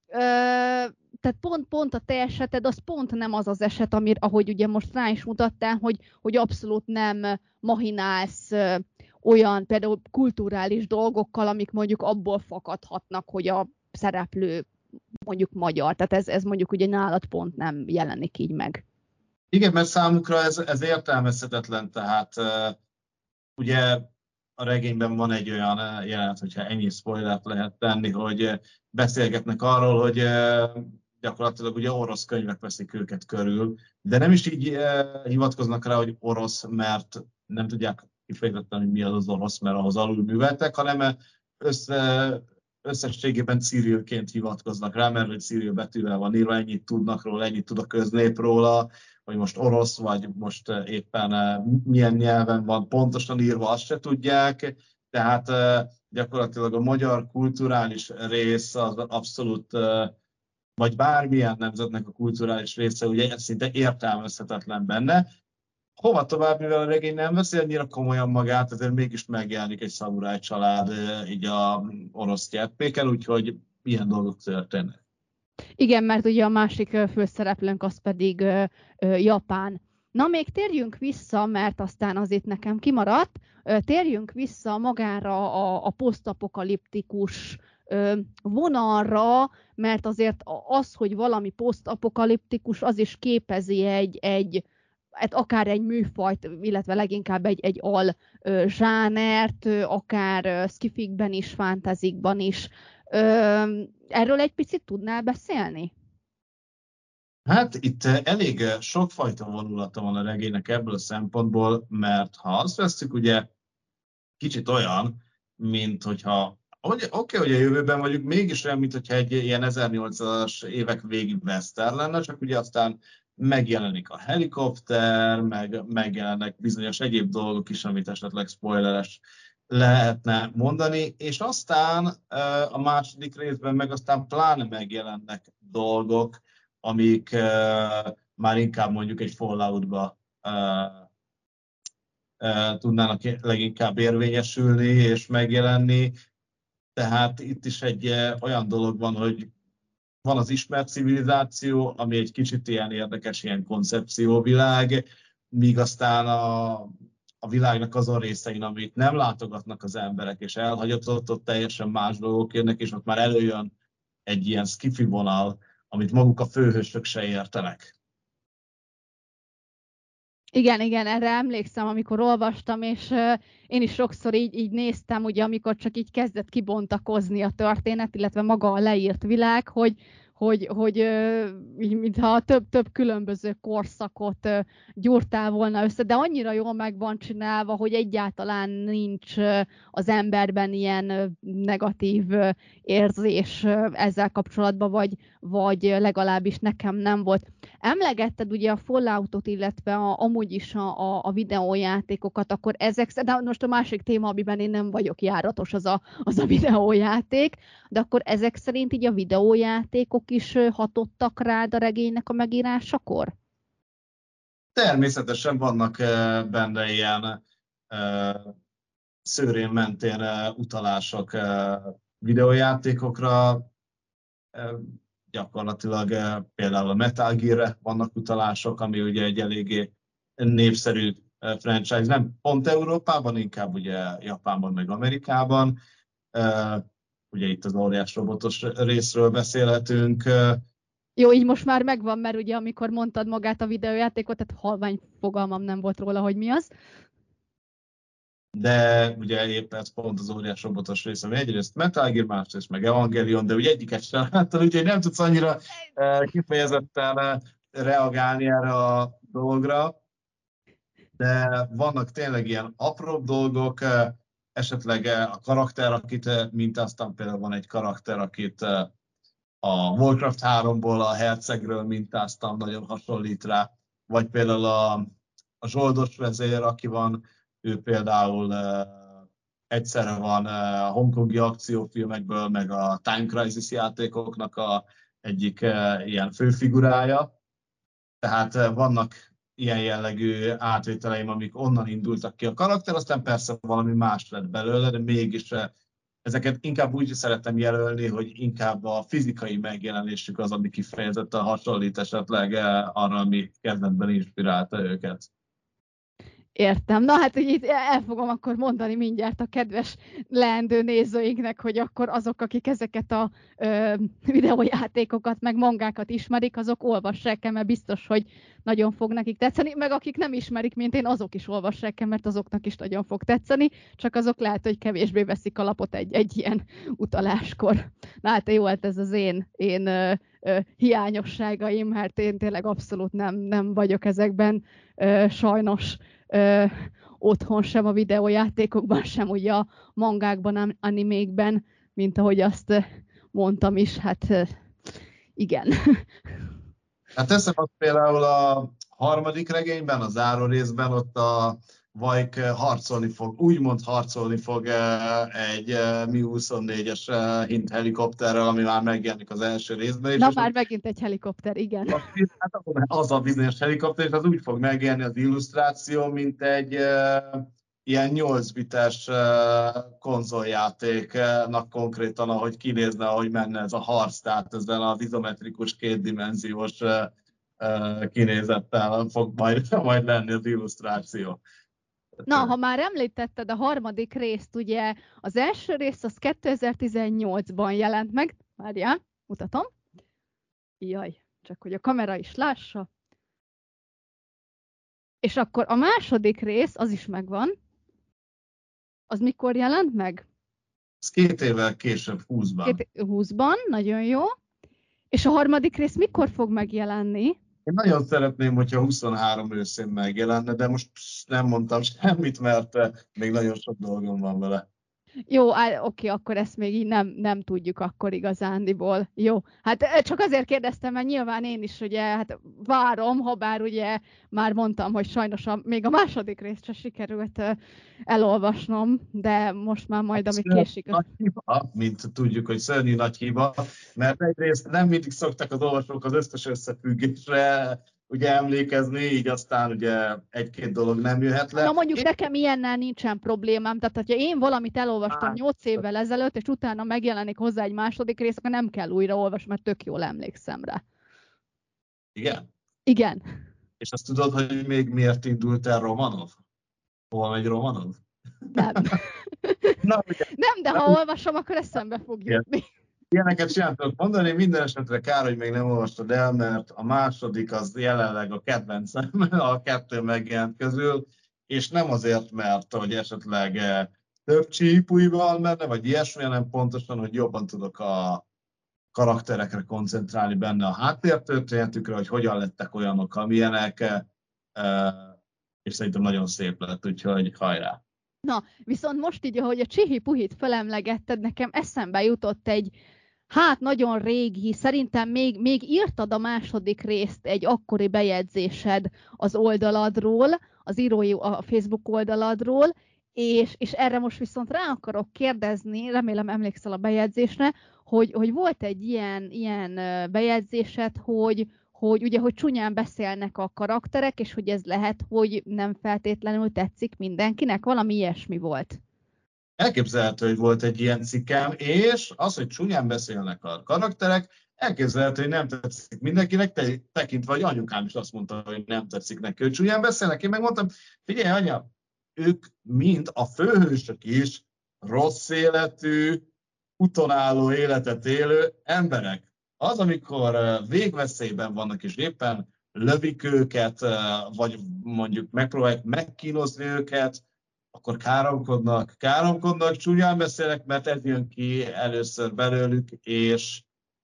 tehát pont a te eseted, az pont nem az az eset, ahogy ugye most rá is mutattál, hogy abszolút nem mahinálsz olyan például kulturális dolgokkal, amik mondjuk abból fakadhatnak, hogy a szereplő mondjuk magyar. Tehát ez mondjuk ugye nálad pont nem jelenik így meg. Igen, mert számukra ez értelmezhetetlen, tehát ugye a regényben van egy olyan jelenet, hogyha ennyi spoilert lehet tenni, hogy beszélgetnek arról, hogy gyakorlatilag ugye orosz könyvek veszik őket körül, de nem is így hivatkoznak rá, hogy orosz, mert nem tudják kifejezetten, hogy mi az orosz, mert ahhoz alulműveltek, hanem összességében Cirilként hivatkoznak rá, mert hogy Ciril betűvel van írva, ennyit tudnak róla, ennyit tud a köznép róla, hogy most orosz, vagy most éppen milyen nyelven van pontosan írva, azt se tudják. Tehát gyakorlatilag a magyar kulturális rész az abszolút, vagy bármilyen nemzetnek a kulturális része, ugye szinte értelmezhetetlen benne. Hova tovább, mivel a regény nem veszi annyira komolyan magát, ezért mégis megjelenik egy szamuráj család így a orosz gyerpéken, úgyhogy ilyen dolgok történnek. Igen, mert ugye a másik főszereplőnk az pedig Japán. Na, még térjünk vissza, mert aztán azért nekem kimaradt, térjünk vissza magára a posztapokaliptikus vonalra, mert azért az, hogy valami posztapokaliptikus, az is képezi hát akár egy műfajt, illetve leginkább egy al-zsánert, akár sci-fikben is, fantasyban is. Erről egy picit tudnál beszélni? Hát itt elég sokfajta vonulata van a regénynek ebből a szempontból, mert ha azt veszük, ugye kicsit olyan, mint hogyha oké, hogy a jövőben vagyunk, mégis olyan, mint hogyha egy ilyen 1800-as évek végi western lenne, csak ugye aztán megjelenik a helikopter, megjelennek bizonyos egyéb dolgok is, amit esetleg spoileres lehetne mondani, és aztán a második részben meg aztán pláne megjelennek dolgok, amik már inkább mondjuk egy Falloutba tudnának leginkább érvényesülni és megjelenni. Tehát itt is egy olyan dolog van, hogy van az ismert civilizáció, ami egy kicsit ilyen érdekes, ilyen koncepcióvilág, míg aztán a világnak azon részein, amit nem látogatnak az emberek, és elhagyatott, ott teljesen más dolgok jönnek, és ott már előjön egy ilyen sci-fi vonal, amit maguk a főhősök se értenek. Igen, erre emlékszem, amikor olvastam, és én is sokszor így néztem, ugye, amikor csak így kezdett kibontakozni a történet, illetve maga a leírt világ, hogy mintha több különböző korszakot gyúrtál volna össze, de annyira jól meg van csinálva, hogy egyáltalán nincs az emberben ilyen negatív érzés ezzel kapcsolatban, vagy legalábbis nekem nem volt. Emlegetted ugye a Falloutot, illetve amúgy is a videójátékokat, akkor de most a másik téma, amiben én nem vagyok járatos, az a videójáték, de akkor ezek szerint így a videójátékok is hatottak rád a regénynek a megírásakor? Természetesen vannak benne ilyen szőrén mentén utalások videójátékokra, gyakorlatilag például a Metal Gear-re vannak utalások, ami ugye egy eléggé népszerű franchise, nem pont Európában, inkább ugye Japánban meg Amerikában. Ugye itt az óriás robotos részről beszélhetünk. Jó, így most már megvan, mert ugye amikor mondtad magát a videójátékot, tehát halvány fogalmam nem volt róla, hogy mi az. De ugye épp ez pont az óriás robotos rész, ami egyrészt Metal Gear, másrészt meg Evangelion, de ugye egyiket sem láttad, úgyhogy nem tudsz annyira kifejezetten reagálni erre a dologra. De vannak tényleg ilyen apróbb dolgok, esetleg a karakter, akit mintáztam, például van egy karakter, akit a Warcraft 3-ból a hercegről mintáztam, nagyon hasonlít rá, vagy például a zsoldos vezér, aki van, ő például egyszerre van a hongkongi akciófilmekből, meg a Time Crisis játékoknak egyik ilyen főfigurája. Tehát vannak ilyen jellegű átvételeim, amik onnan indultak ki a karakter, aztán persze valami más lett belőle, de mégis ezeket inkább úgy szeretem jelölni, hogy inkább a fizikai megjelenésük az, ami kifejezetten hasonlít esetleg arra, ami kezdetben inspirálta őket. Értem. Na hát, hogy itt el fogom akkor mondani mindjárt a kedves leendő nézőinknek, hogy akkor azok, akik ezeket a videójátékokat, meg mangákat ismerik, azok olvassák el, mert biztos, hogy nagyon fog nekik tetszeni, meg akik nem ismerik, mint én, azok is olvassák el, mert azoknak is nagyon fog tetszeni, csak azok lehet, hogy kevésbé veszik a lapot egy ilyen utaláskor. Na hát jó, hát ez az én hiányosságaim, mert én tényleg abszolút nem vagyok ezekben sajnos otthon sem a videójátékokban, sem ugye a mangákban, animékben, mint ahogy azt mondtam is, hát igen. Hát teszem azt például a harmadik regényben, a záró részben ott a Vajk harcolni fog, úgymond harcolni fog egy Mi-24-es hint helikopterrel, ami már megjelenik az első részben. Na már megint egy helikopter, igen. Hát az a bizonyos helikopter, és az úgy fog megjelenni az illusztráció, mint egy ilyen 8 bites konzoljátéknak konkrétan, ahogy kinézne, ahogy menne ez a harc, tehát ezzel az izometrikus kétdimenziós kinézettel fog majd lenni az illusztráció. Na, ha már említetted a harmadik részt, ugye az első rész az 2018-ban jelent meg. Várjál, mutatom. Jaj, csak hogy a kamera is lássa. És akkor a második rész, az is megvan. Az mikor jelent meg? Ez 2 évvel később, 20-ban. 20-ban, nagyon jó. És a harmadik rész mikor fog megjelenni? Én nagyon szeretném, hogyha 23 őszén megjelenne, de most nem mondtam semmit, mert még nagyon sok dolgom van vele. Jó, oké, akkor ezt még így nem tudjuk akkor igazándiból. Jó, hát csak azért kérdeztem, mert nyilván én is ugye hát várom, ha bár ugye már mondtam, hogy sajnos még a második részt sem sikerült elolvasnom, de most már majd, ami késik. Nagy hiba, mint tudjuk, hogy szörnyű nagy hiba, mert egyrészt nem mindig szoktak az olvasók az összes összefüggésre ugye emlékezni, így aztán ugye egy-két dolog nem jöhet le. Na mondjuk nekem ilyennel nincsen problémám, tehát ha én valamit elolvastam 8 évvel ezelőtt, és utána megjelenik hozzá egy második rész, akkor nem kell újra olvasni, mert tök jól emlékszem rá. Igen? Igen. És azt tudod, hogy még miért indult el Romanov? Hol megy Romanov? Nem. Na, ugye, nem, de ha olvasom, akkor eszembe fog jutni. Ilyeneket sem tudok mondani, minden esetre kár, hogy még nem olvastad el, mert a második az jelenleg a kedvencem a 2 megjelent közül, és nem azért, mert hogy esetleg több csípúj van benne, vagy ilyesmi, hanem pontosan, hogy jobban tudok a karakterekre koncentrálni benne, a háttértörténetükre, hogy hogyan lettek olyanok, amilyenek, és szerintem nagyon szép lett, úgyhogy hajrá! Na, viszont most így, ahogy a Csihi-Puhit felemlegetted, nekem eszembe jutott egy, hát nagyon régi, szerintem még írtad a második részt egy akkori bejegyzésed az oldaladról, az írói a Facebook oldaladról, és erre most viszont rá akarok kérdezni, remélem emlékszel a bejegyzésre, hogy volt egy ilyen bejegyzésed, hogy ugye, hogy csúnyán beszélnek a karakterek, és hogy ez lehet, hogy nem feltétlenül tetszik mindenkinek, valami ilyesmi volt. Elképzelhető, hogy volt egy ilyen cikkem, és az, hogy csúnyán beszélnek a karakterek, elképzelhető, hogy nem tetszik mindenkinek, tekintve, hogy anyukám is azt mondta, hogy nem tetszik neki, hogy csúnyán beszélnek. Én megmondtam, figyelj anya, ők mind a főhősök is rossz életű, utonálló életet élő emberek. Az, amikor végveszélyben vannak, és éppen lövik őket, vagy mondjuk megpróbálják megkínozni őket, akkor káromkodnak, csúnyán beszélnek, mert ez jön ki először belőlük, és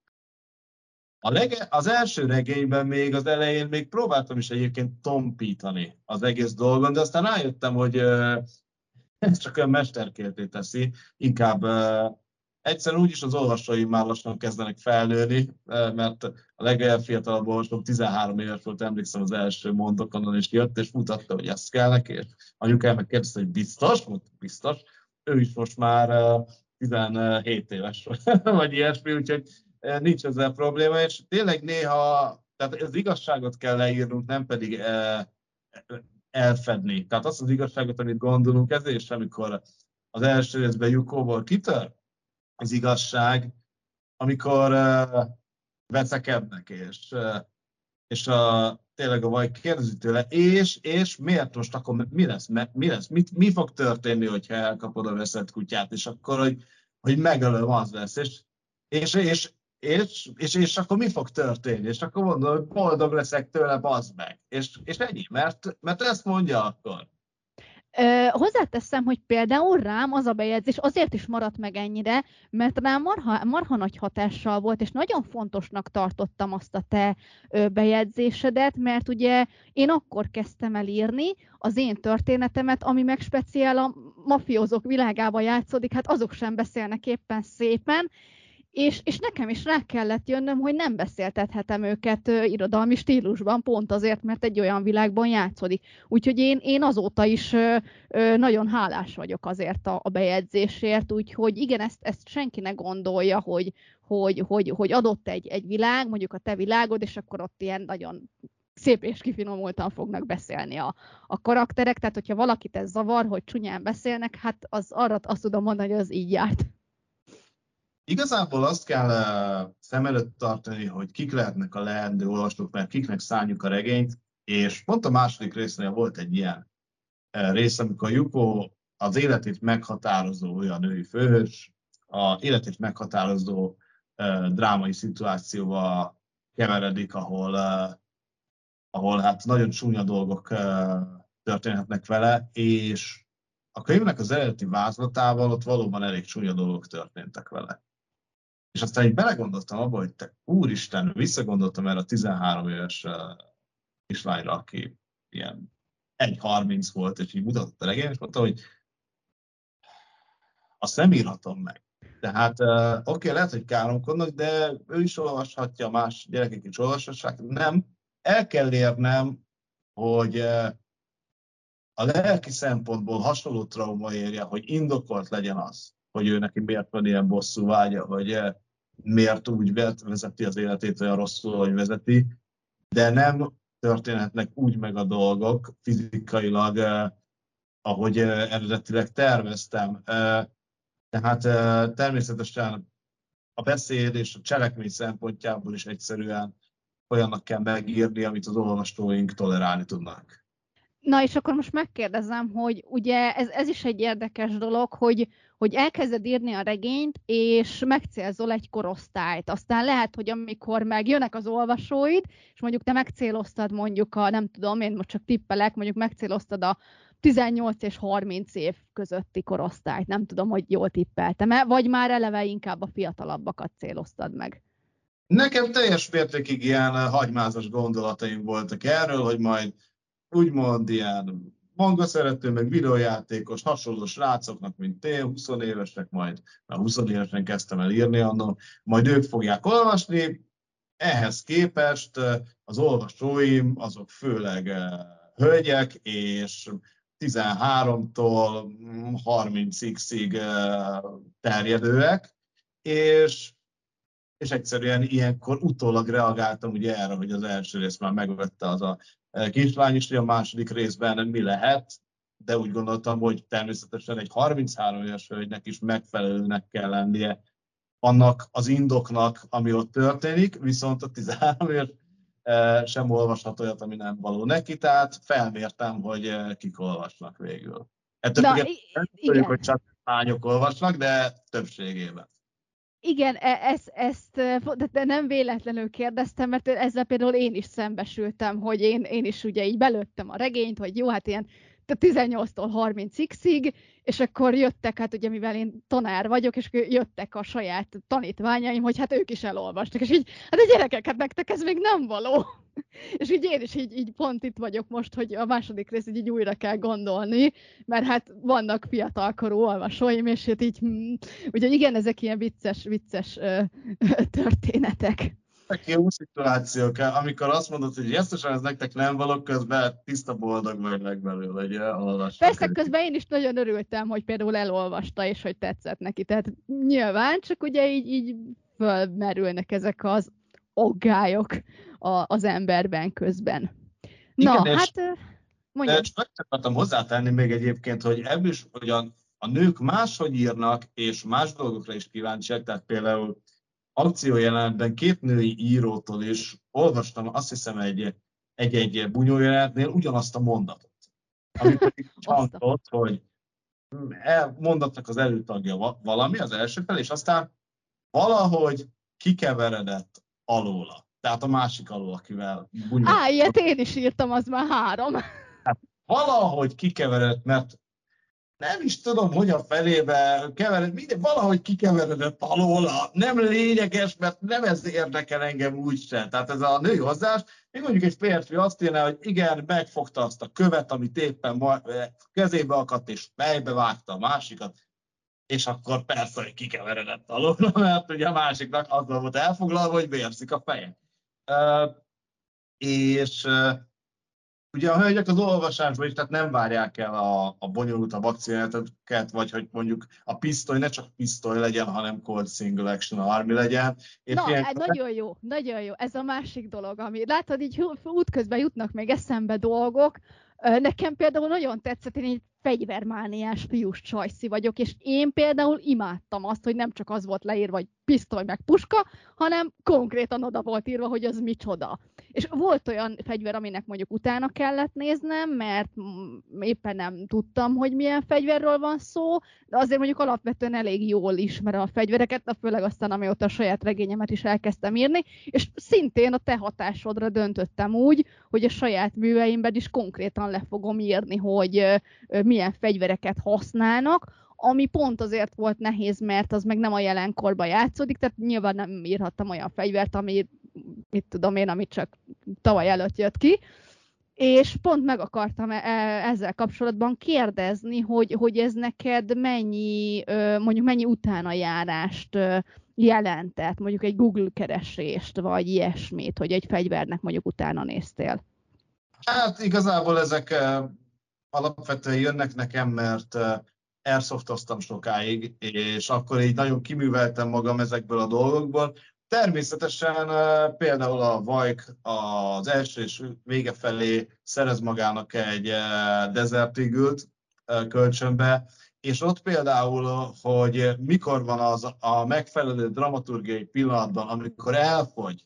az első regényben még az elején még próbáltam is egyébként tompítani az egész dolgon, de aztán rájöttem, hogy ez csak olyan mesterkérté teszi, inkább egyszerűen úgyis az olvasóim már lassan kezdenek felnőni, mert a legfiatalabb olvasóm 13 éves volt, emlékszem az első mondokonon, és jött, és mutatta, hogy ezt kell neki, és anyukám megkérdezte, hogy biztos? Mondta, biztos. Ő is most már 17 éves, vagy ilyesmi, úgyhogy nincs ezzel probléma, és tényleg néha Tehát az igazságot kell leírnunk, nem pedig elfedni. Tehát azt az igazságot, amit gondolunk, ezért is, amikor az első részben Yukóból kitör az igazság, amikor veszekednek, és tényleg a vaj kérdezi tőle, és miért most akkor mi lesz? Mi fog történni, hogyha elkapod a veszett kutyát, és akkor, hogy megölöm, az lesz, és akkor mi fog történni? És akkor mondom, hogy boldog leszek tőle, bazd meg. És ennyi, mert ezt mondja akkor. Hozzáteszem, hogy például rám az a bejegyzés azért is maradt meg ennyire, mert rám marha nagy hatással volt, és nagyon fontosnak tartottam azt a te bejegyzésedet, mert ugye én akkor kezdtem el írni az én történetemet, ami meg speciál a mafiózók világába játszódik, hát azok sem beszélnek éppen szépen, és nekem is rá kellett jönnöm, hogy nem beszéltethetem őket irodalmi stílusban, pont azért, mert egy olyan világban játszódik. Úgyhogy én azóta is nagyon hálás vagyok azért a bejegyzésért, úgyhogy igen, ezt senki ne gondolja, hogy adott egy világ, mondjuk a te világod, és akkor ott ilyen nagyon szép és kifinomultan fognak beszélni a karakterek, tehát hogyha valakit ez zavar, hogy csúnyán beszélnek, hát arra azt tudom mondani, hogy az így járt. Igazából azt kell szem előtt tartani, hogy kik lehetnek a leendő olvasók, mert kiknek szánjuk a regényt, és pont a második résznél volt egy ilyen rész, amikor Yuko az életét meghatározó olyan női főhős, az életét meghatározó drámai szituációba keveredik, ahol hát nagyon csúnya dolgok történhetnek vele, és a könyvnek az eredeti vázlatával ott valóban elég csúnya dolgok történtek vele. És aztán így belegondoltam abba, hogy te úristen, visszagondoltam erre a 13 éves kislányra, aki ilyen 1.30 volt, és így mutatott a regény, és mondta, hogy azt nem írhatom meg. Tehát oké, lehet, hogy káromkodnak, de ő is olvashatja, más gyerekek is olvashassák. Nem, el kell érnem, hogy a lelki szempontból hasonló trauma érje, hogy indokolt legyen az, hogy ő neki miért van ilyen bosszú vágya, hogy miért úgy vezeti az életét olyan rosszul, hogy vezeti, de nem történhetnek úgy meg a dolgok fizikailag, ahogy eredetileg terveztem. Tehát természetesen a beszéd és a cselekmény szempontjából is egyszerűen olyannak kell megírni, amit az olvasóink tolerálni tudnak. Na és akkor most megkérdezem, hogy ugye ez is egy érdekes dolog, hogy elkezded írni a regényt, és megcélzol egy korosztályt. Aztán lehet, hogy amikor megjönnek az olvasóid, és mondjuk te megcéloztad mondjuk nem tudom, én most csak tippelek, mondjuk megcéloztad a 18 és 30 év közötti korosztályt. Nem tudom, hogy jól tippeltem-e, vagy már eleve inkább a fiatalabbakat céloztad meg. Nekem teljes mértékig ilyen hagymázas gondolataim voltak erről, hogy majd úgymond ilyen manga szerető, meg videójátékos, hasonló srácoknak, mint én, 20 évesek, majd 20 évesen kezdtem el írni annak, majd ők fogják olvasni. Ehhez képest az olvasóim azok főleg hölgyek, és 13-tól 30x-ig terjedőek, és egyszerűen ilyenkor utólag reagáltam ugye erre, hogy az első rész már megvette az a kislány is, hogy a második részben mi lehet, de úgy gondoltam, hogy természetesen egy 33 éves hölgynek is megfelelőnek kell lennie annak az indoknak, ami ott történik, viszont a 13 éves sem olvashat olyat, ami nem való neki, tehát felmértem, hogy kik olvasnak végül. Ettől nem tudjuk, hogy csak lányok olvasnak, de többségében. Igen, de nem véletlenül kérdeztem, mert ezzel például én is szembesültem, hogy én is ugye így belőttem a regényt, hogy jó, hát ilyen 18-tól 30x-ig, és akkor jöttek, hát ugye mivel én tanár vagyok, és jöttek a saját tanítványaim, hogy hát ők is elolvastak, és így, hát a gyerekek, hát nektek ez még nem való. És így én is így pont itt vagyok most, hogy a második részt így újra kell gondolni, mert hát vannak fiatalkorú olvasóim, és hát így, úgyhogy igen, ezek ilyen vicces történetek. Jó szituációk, amikor azt mondod, hogy jesztesen ez nektek nem való, közben tiszta boldog vagy meg belőle, hogy elolvassak. Persze, közben én is nagyon örültem, hogy például elolvasta, és hogy tetszett neki. Tehát nyilván, csak ugye így fölmerülnek ezek az aggályok az emberben közben. Na, Igen, hát mondjam. csak akartam hozzátenni még egyébként, hogy ebből is, hogy a nők máshogy írnak, és más dolgokra is kíváncsiak, tehát például akciójelenetben 2 női írótól is olvastam, azt hiszem egy bunyójelenetnél ugyanazt a mondatot. Amikor úgy hangzott, hogy mondatnak az előtagja valami, az első fel, és aztán valahogy kikeveredett alóla. Tehát a másik alól, akivel bunyó. Ilyet én is írtam, az már 3. Hát valahogy kikeveredett, mert nem is tudom, hogy a felébe keveredett, valahogy kikeveredett alóla. Nem lényeges, mert nem ez érdekel engem úgysem. Tehát ez a női hozzás, még mondjuk egy férfi azt írná, hogy igen, megfogta azt a követ, amit éppen kezébe akadt, és fejbe vágta a másikat, és akkor persze, hogy kikeveredett alóla, mert ugye a másiknak azzal volt elfoglalva, hogy vérzik a feje. És ugye a hölgyek az olvasásban is, tehát nem várják el a bonyolultabb akciójeleneteket, vagy hogy mondjuk a pisztoly ne csak pisztoly legyen, hanem Cold Single Action Army legyen. És Na, nagyon jó. Ez a másik dolog, ami látod, így útközben jutnak még eszembe dolgok. Nekem például nagyon tetszett, én egy fegyvermániás fiús csajszi vagyok, és én például imádtam azt, hogy nem csak az volt leírva, hogy pisztoly meg puska, hanem konkrétan oda volt írva, hogy az micsoda. És volt olyan fegyver, aminek mondjuk utána kellett néznem, mert éppen nem tudtam, hogy milyen fegyverről van szó, de azért mondjuk alapvetően elég jól ismerem a fegyvereket, főleg aztán amióta a saját regényemet is elkezdtem írni, és szintén a te hatásodra döntöttem úgy, hogy a saját műveimben is konkrétan le fogom írni, hogy milyen fegyvereket használnak, ami pont azért volt nehéz, mert az meg nem a jelenkorban játszódik, tehát nyilván nem írhattam olyan fegyvert, ami, mit tudom én, amit csak tavaly előtt jött ki, és pont meg akartam ezzel kapcsolatban kérdezni, hogy ez neked mondjuk mennyi utánajárást jelentett, mondjuk egy Google keresést, vagy ilyesmit, hogy egy fegyvernek mondjuk utána néztél. Hát igazából ezek alapvetően jönnek nekem, mert airsoftoztam sokáig, és akkor így nagyon kiműveltem magam ezekből a dolgokból. Természetesen például a Vajk az első és vége felé szerez magának egy Desert Eagle-t kölcsönbe, és ott például, hogy mikor van az a megfelelő dramaturgiai pillanatban, amikor elfogy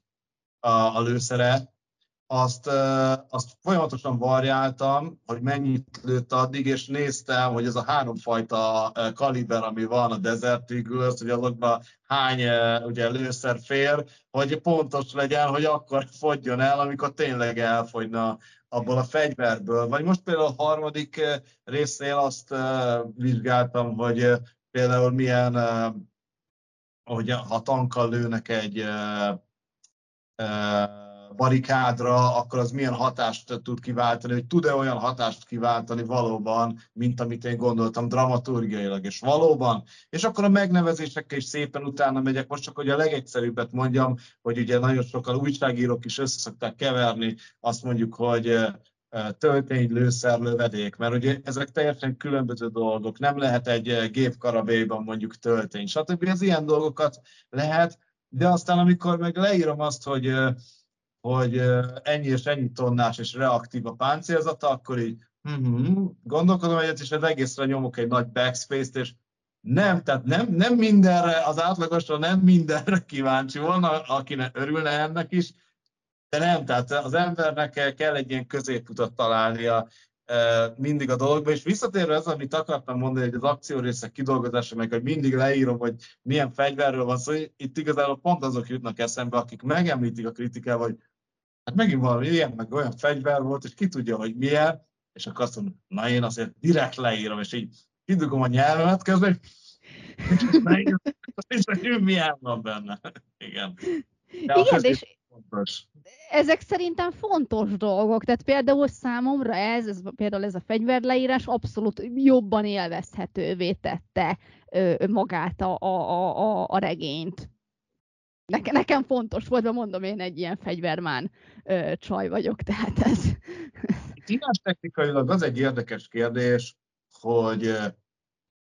a lőszere, azt folyamatosan variáltam, hogy mennyit lőtt addig, és néztem, hogy ez a 3 fajta kaliber, ami van a Desert Eagle, hogy azokban hány ugye, lőszer fér, hogy pontos legyen, hogy akkor fogjon el, amikor tényleg elfogyna abból a fegyverből. Vagy most például a 3. résznél azt vizsgáltam, hogy például milyen, hogy ha tankkal lőnek egy barikádra, akkor az milyen hatást tud kiváltani, hogy tud-e olyan hatást kiváltani valóban, mint amit én gondoltam dramaturgiailag, és valóban. És akkor a megnevezésekkel is szépen utána megyek, most csak hogy a legegyszerűbbet mondjam, hogy ugye nagyon sokan újságírók is összeszokták keverni, azt mondjuk, hogy töltény, lőszer, lövedék, mert ugye ezek teljesen különböző dolgok, nem lehet egy gépkarabélyban mondjuk töltény, stb. Az ilyen dolgokat lehet, de aztán amikor meg leírom azt, hogy ennyi és ennyi tonnás és reaktív a páncélzata, akkor így gondolkodom egyet, és az egészre nyomok egy nagy backspace-t, és tehát nem mindenre, az átlagosra nem mindenre kíváncsi volna, akinek örülne ennek is, de nem, tehát az embernek kell egy ilyen középutat találnia mindig a dologba, és visszatérve ez, amit akartam mondani, hogy az akciórészek kidolgozása, meg hogy mindig leírom, hogy milyen fegyverről van szó, itt igazából pont azok jutnak eszembe, akik megemlítik a kritikával, hogy hát megint valami ilyen, meg olyan fegyver volt, és ki tudja, hogy milyen, és akkor azt mondom, na én azért direkt leírom, és így kidugom a nyelvemet közben, és hogy milyen van benne. Igen. Igen, és fontos. Ezek szerintem fontos dolgok, tehát például számomra például ez a fegyverleírás abszolút jobban élvezhetővé tette magát a regényt. Nekem fontos volt, de mondom, én egy ilyen fegyvermán csaj vagyok, tehát ez... Írás technikailag az egy érdekes kérdés, hogy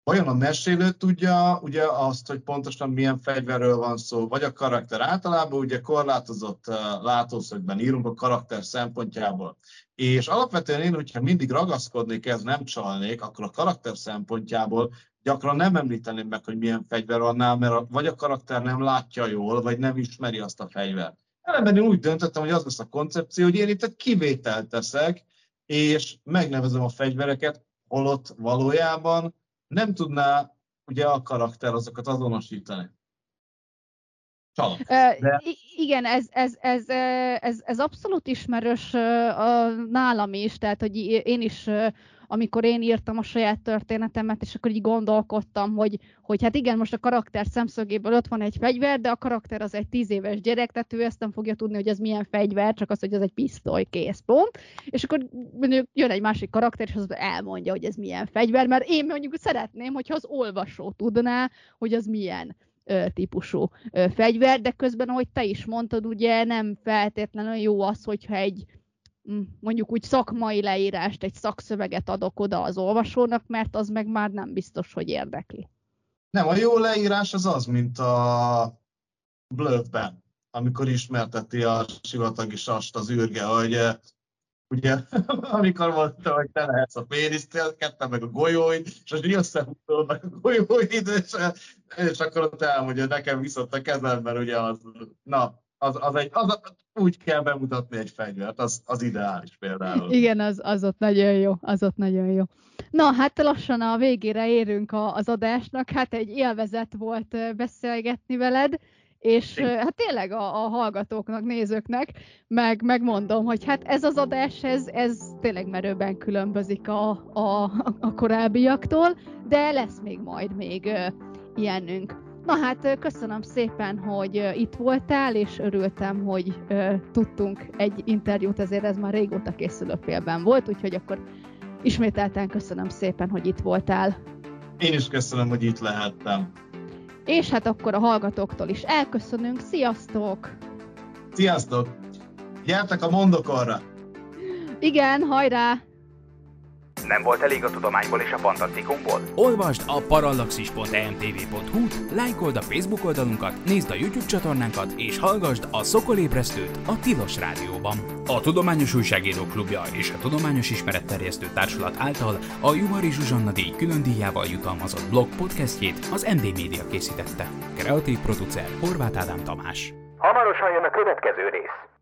Vajon a mesélő tudja ugye azt, hogy pontosan milyen fegyverről van szó, vagy a karakter? Általában ugye korlátozott látószögben írunk a karakter szempontjából. És alapvetően én, hogyha mindig ragaszkodnék, ez nem csalnék, akkor a karakter szempontjából gyakran nem említeném meg, hogy milyen fegyver van nála, mert vagy a karakter nem látja jól, vagy nem ismeri azt a fegyvert. Ellenben én úgy döntöttem, hogy az lesz a koncepció, hogy én itt egy kivételt teszek, és megnevezem a fegyvereket, holott valójában nem tudná ugye a karakter azokat azonosítani. Csalom. Igen, ez abszolút ismerős nálam is, tehát hogy én is, amikor én írtam a saját történetemet, és akkor így gondolkodtam, hogy hát igen, most a karakter szemszögéből ott van egy fegyver, de a karakter az egy 10 éves gyerek, tehát ő ezt nem fogja tudni, hogy ez milyen fegyver, csak az, hogy ez egy pisztoly, kész, pont. És akkor mondjuk jön egy másik karakter, és az elmondja, hogy ez milyen fegyver, mert én mondjuk szeretném, hogyha az olvasó tudná, hogy az milyen típusú fegyver, de közben, ahogy te is mondtad, ugye nem feltétlenül jó az, hogyha egy mondjuk úgy szakmai leírást, egy szakszöveget adok oda az olvasónak, mert az meg már nem biztos, hogy érdekli. Nem, a jó leírás az, mint a Bluffben, amikor ismerteti a sivatagi sast az űrge, hogy ugye, amikor mondta, hogy te lehetsz a pénisztél, kettem meg a golyóid, és az összehúzol meg a golyóid, és akkor ott elmondja, hogy nekem viszont a kezemben ugye úgy kell bemutatni egy fegyvert, az ideális például. Igen, az ott nagyon jó, Na, hát lassan a végére érünk az adásnak, hát egy élvezet volt beszélgetni veled, és hát tényleg a hallgatóknak, nézőknek megmondom, hogy hát ez az adás, ez tényleg merőben különbözik a korábbiaktól, de lesz még ilyenünk. Na hát köszönöm szépen, hogy itt voltál, és örültem, hogy tudtunk egy interjút, ezért ez már régóta készülő félben volt, úgyhogy akkor ismételten köszönöm szépen, hogy itt voltál. Én is köszönöm, hogy itt lehettem. És hát akkor a hallgatóktól is elköszönünk. Sziasztok! Sziasztok! Gyertek a Mondokorra! Igen, hajrá! Nem volt elég a tudományból és a fantasztikumból? Olvasd a parallaxis.emtv.hu-t, lájkold a Facebook oldalunkat, nézd a YouTube csatornánkat, és hallgasd a Szokolébresztőt a Tilos Rádióban. A Tudományos Újságírók Klubja és a Tudományos Ismeretterjesztő Társulat által a Juhari Zsuzsanna díj külön díjával jutalmazott blog podcastjét az MD Media készítette. Kreatív producer Horváth Ádám Tamás. Hamarosan jön a következő rész.